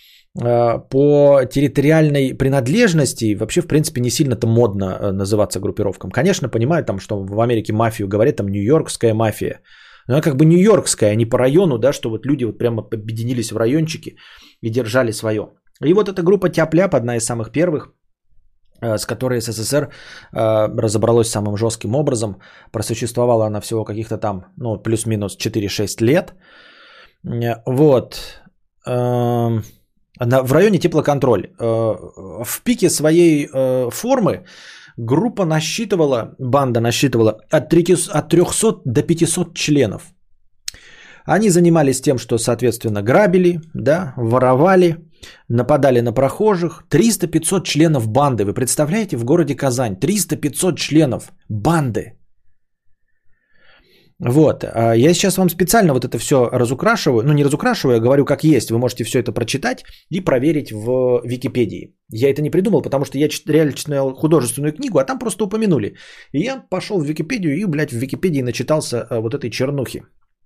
по территориальной принадлежности вообще, в принципе, не сильно-то модно называться группировкам. Конечно, понимаю, там, что в Америке мафию говорят, там, нью-йоркская мафия. Но она как бы нью-йоркская, а не по району, да, что вот люди вот прямо объединились в райончики и держали свое. И вот эта группа Тяп-Ляп, одна из самых первых, с которой СССР разобралась самым жестким образом. Просуществовала она всего каких-то там, ну, плюс-минус четыре-шесть лет. Вот. В районе Теплоконтроль. В пике своей формы группа насчитывала, банда насчитывала от трехсот до пятисот членов. Они занимались тем, что, соответственно, грабили, да, воровали, нападали на прохожих. триста-пятьсот членов банды. Вы представляете, в городе Казань триста-пятьсот членов банды. Вот, я сейчас вам специально вот это все разукрашиваю, ну не разукрашиваю, а говорю как есть, вы можете все это прочитать и проверить в Википедии. Я это не придумал, потому что я реально читал художественную книгу, а там просто упомянули. И я пошел в Википедию и, блядь, в Википедии начитался вот этой чернухи.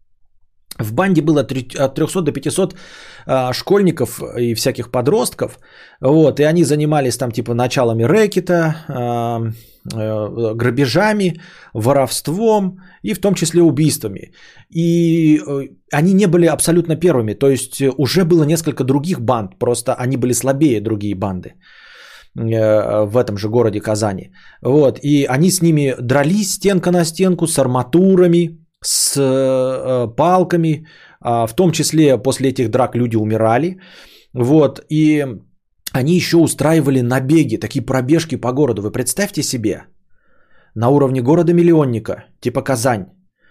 В банде было от трехсот до пятисот школьников и всяких подростков, вот, и они занимались там типа началами рэкета, грабежами, воровством и в том числе убийствами. И они не были абсолютно первыми, то есть уже было несколько других банд, просто они были слабее другие банды в этом же городе Казани. Вот, и они с ними дрались стенка на стенку с арматурами, с э, палками, э, в том числе после этих драк люди умирали, вот, и они еще устраивали набеги, такие пробежки по городу, вы представьте себе, на уровне города-миллионника, типа Казань,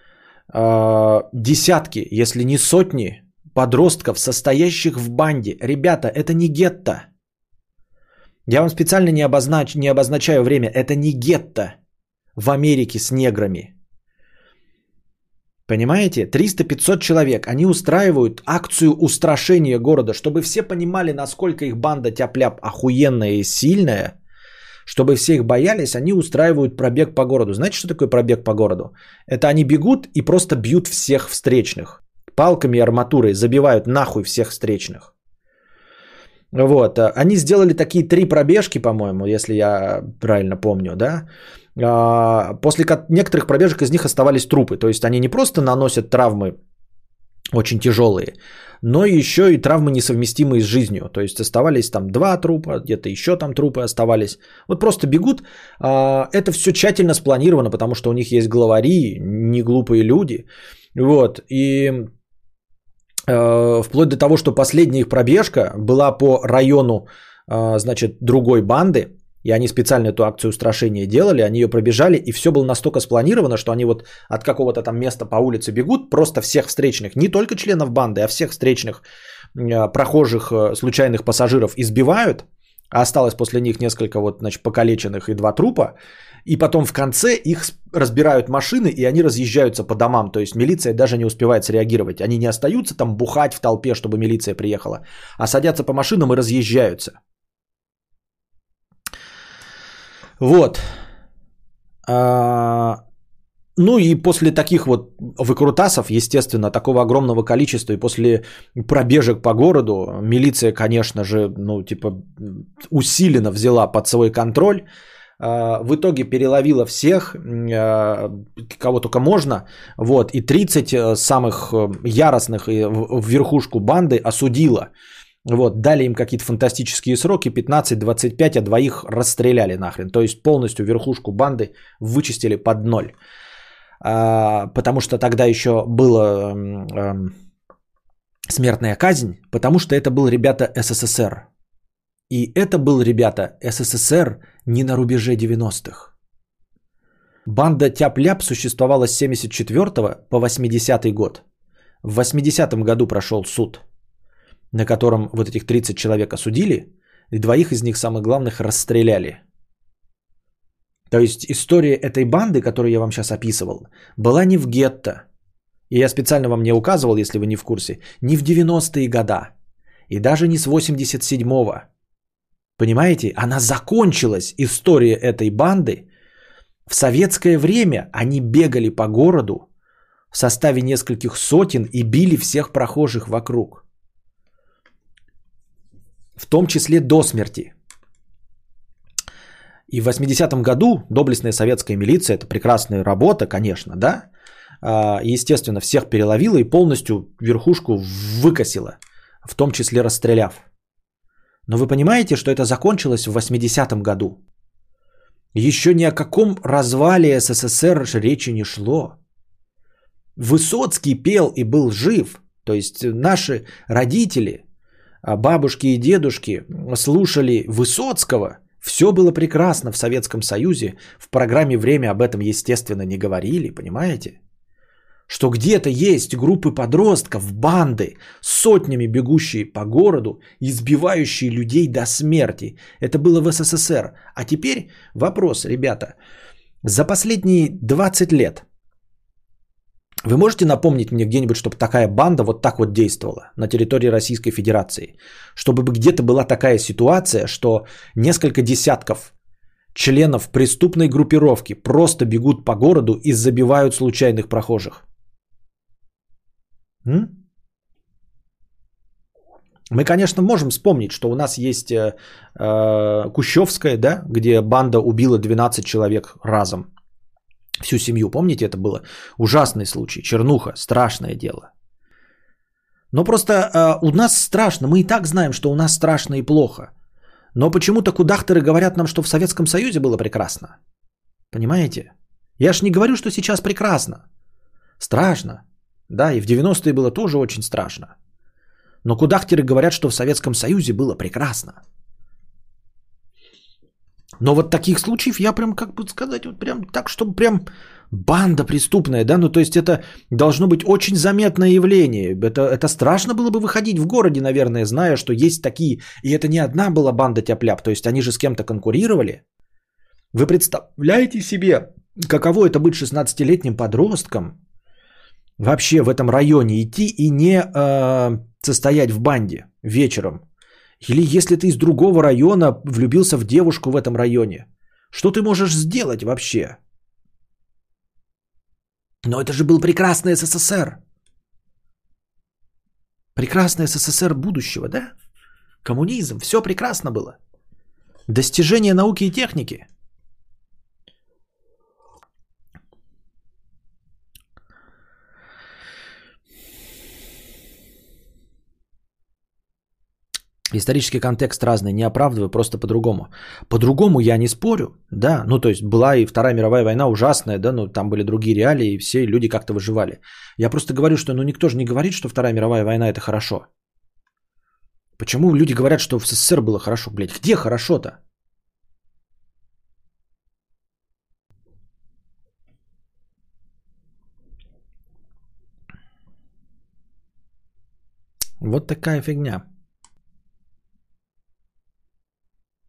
э, десятки, если не сотни подростков, состоящих в банде, ребята, это не гетто, я вам специально не, обознач... не обозначаю время, это не гетто в Америке с неграми. Понимаете? триста-пятьсот человек. Они устраивают акцию устрашения города, чтобы все понимали, насколько их банда Тяп-Ляп охуенная и сильная, чтобы все их боялись, они устраивают пробег по городу. Знаете, что такое пробег по городу? Это они бегут и просто бьют всех встречных. Палками и арматурой забивают нахуй всех встречных. Вот. Они сделали такие три пробежки, по-моему, если я правильно помню, да? После некоторых пробежек из них оставались трупы. То есть они не просто наносят травмы очень тяжелые, но еще и травмы несовместимые с жизнью. То есть оставались там два трупа, где-то еще там трупы оставались. Вот просто бегут. Это все тщательно спланировано, потому что у них есть главари, не глупые люди. Вот. И вплоть до того, что последняя их пробежка была по району, значит, другой банды. И они специально эту акцию устрашения делали, они ее пробежали, и все было настолько спланировано, что они вот от какого-то там места по улице бегут, просто всех встречных, не только членов банды, а всех встречных прохожих, случайных пассажиров избивают, А осталось после них несколько вот, значит, покалеченных и два трупа. И потом в конце их разбирают машины, и они разъезжаются по домам. То есть милиция даже не успевает среагировать. Они не остаются там бухать в толпе, чтобы милиция приехала, а садятся по машинам и разъезжаются. Вот. А... Ну и после таких вот выкрутасов, естественно, такого огромного количества, и после пробежек по городу, милиция, конечно же, ну типа усиленно взяла под свой контроль. В итоге переловила всех, кого только можно, вот, и тридцать самых яростных в верхушку банды осудила. Вот, дали им какие-то фантастические сроки, пятнадцать двадцать пять, а двоих расстреляли нахрен. То есть полностью верхушку банды вычистили под ноль. Потому что тогда еще была смертная казнь, потому что это был, ребята, СССР. И это был, ребята, СССР не на рубеже девяностых. Банда Тяп-Ляп существовала с семьдесят четвёртого по восьмидесятый год. В восьмидесятом году прошел суд, на котором вот этих тридцать человек осудили, и двоих из них, самых главных, расстреляли. То есть история этой банды, которую я вам сейчас описывал, была не в гетто. И я специально вам не указывал, если вы не в курсе, не в девяностые года. И даже не с восемьдесят седьмого. Понимаете? Она закончилась, история этой банды. В советское время они бегали по городу в составе нескольких сотен и били всех прохожих вокруг. В том числе до смерти. И в восьмидесятом году доблестная советская милиция, это прекрасная работа, конечно, да, естественно, всех переловила и полностью верхушку выкосила, в том числе расстреляв. Но вы понимаете, что это закончилось в восьмидесятом году. Еще ни о каком развале СССР речи не шло. Высоцкий пел и был жив, то есть наши родители, бабушки и дедушки слушали Высоцкого. Все было прекрасно в Советском Союзе. В программе «Время» об этом, естественно, не говорили, понимаете? Что где-то есть группы подростков, банды, сотнями бегущие по городу, избивающие людей до смерти. Это было в СССР. А теперь вопрос, ребята. За последние двадцать лет вы можете напомнить мне где-нибудь, чтобы такая банда вот так вот действовала на территории Российской Федерации? Чтобы где-то была такая ситуация, что несколько десятков членов преступной группировки просто бегут по городу и забивают случайных прохожих? М? Мы, конечно, можем вспомнить, что у нас есть э, э, Кущевская, да, где банда убила двенадцать человек разом. Всю семью, помните, это было ужасный случай, чернуха, страшное дело. Но просто э, у нас страшно, мы и так знаем, что у нас страшно и плохо. Но почему-то кудахторы говорят нам, что в Советском Союзе было прекрасно. Понимаете? Я ж не говорю, что сейчас прекрасно. Страшно. Да, и в девяностые было тоже очень страшно. Но кудахтеры говорят, что в Советском Союзе было прекрасно. Но вот таких случаев я прям, как бы сказать, вот прям так, чтобы прям банда преступная, да, ну то есть это должно быть очень заметное явление. Это, это страшно было бы выходить в городе, наверное, зная, что есть такие, и это не одна была банда Тяп-Ляп, то есть они же с кем-то конкурировали. Вы представляете себе, каково это быть шестнадцатилетним подростком, вообще в этом районе идти и не э, состоять в банде вечером? Или если ты из другого района влюбился в девушку в этом районе, что ты можешь сделать вообще? Но это же был прекрасный СССР. Прекрасный СССР будущего, да? Коммунизм, все прекрасно было. Достижения науки и техники. Исторический контекст разный, не оправдываю, просто по-другому. По-другому я не спорю, да, ну то есть была и Вторая мировая война ужасная, да, но там были другие реалии, и все люди как-то выживали. Я просто говорю, что ну никто же не говорит, что Вторая мировая война это хорошо. Почему люди говорят, что в СССР было хорошо, блядь, где хорошо-то? Вот такая фигня.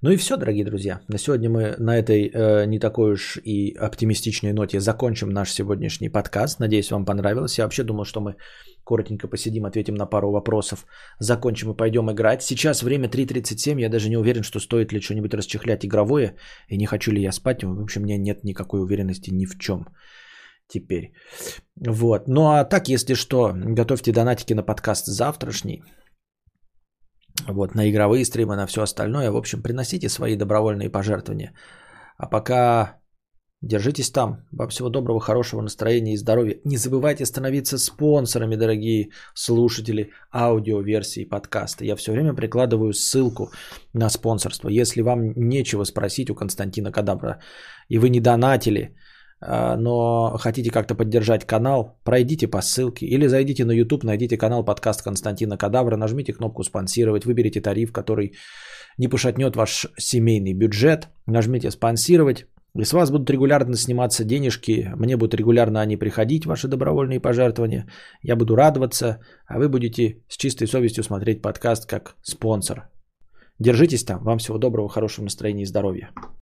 Ну и все, дорогие друзья. На сегодня мы на этой э, не такой уж и оптимистичной ноте закончим наш сегодняшний подкаст. Надеюсь, вам понравилось. Я вообще думал, что мы коротенько посидим, ответим на пару вопросов, закончим и пойдем играть. Сейчас время три тридцать семь. Я даже не уверен, что стоит ли что-нибудь расчехлять игровое. И не хочу ли я спать. В общем, у меня нет никакой уверенности ни в чем теперь. Вот. Ну а так, если что, готовьте донатики на подкаст завтрашний. Вот, на игровые стримы, на все остальное. В общем, приносите свои добровольные пожертвования. А пока держитесь там. Вам всего доброго, хорошего настроения и здоровья. Не забывайте становиться спонсорами, дорогие слушатели аудиоверсии подкаста. Я все время прикладываю ссылку на спонсорство. Если вам нечего спросить у Константина Кадавра, и вы не донатили, но хотите как-то поддержать канал, пройдите по ссылке или зайдите на YouTube, найдите канал подкаст Константина Кадавра, нажмите кнопку «Спонсировать», выберите тариф, который не пошатнет ваш семейный бюджет, нажмите «Спонсировать», и с вас будут регулярно сниматься денежки, мне будут регулярно они приходить, ваши добровольные пожертвования, я буду радоваться, а вы будете с чистой совестью смотреть подкаст как спонсор. Держитесь там, вам всего доброго, хорошего настроения и здоровья.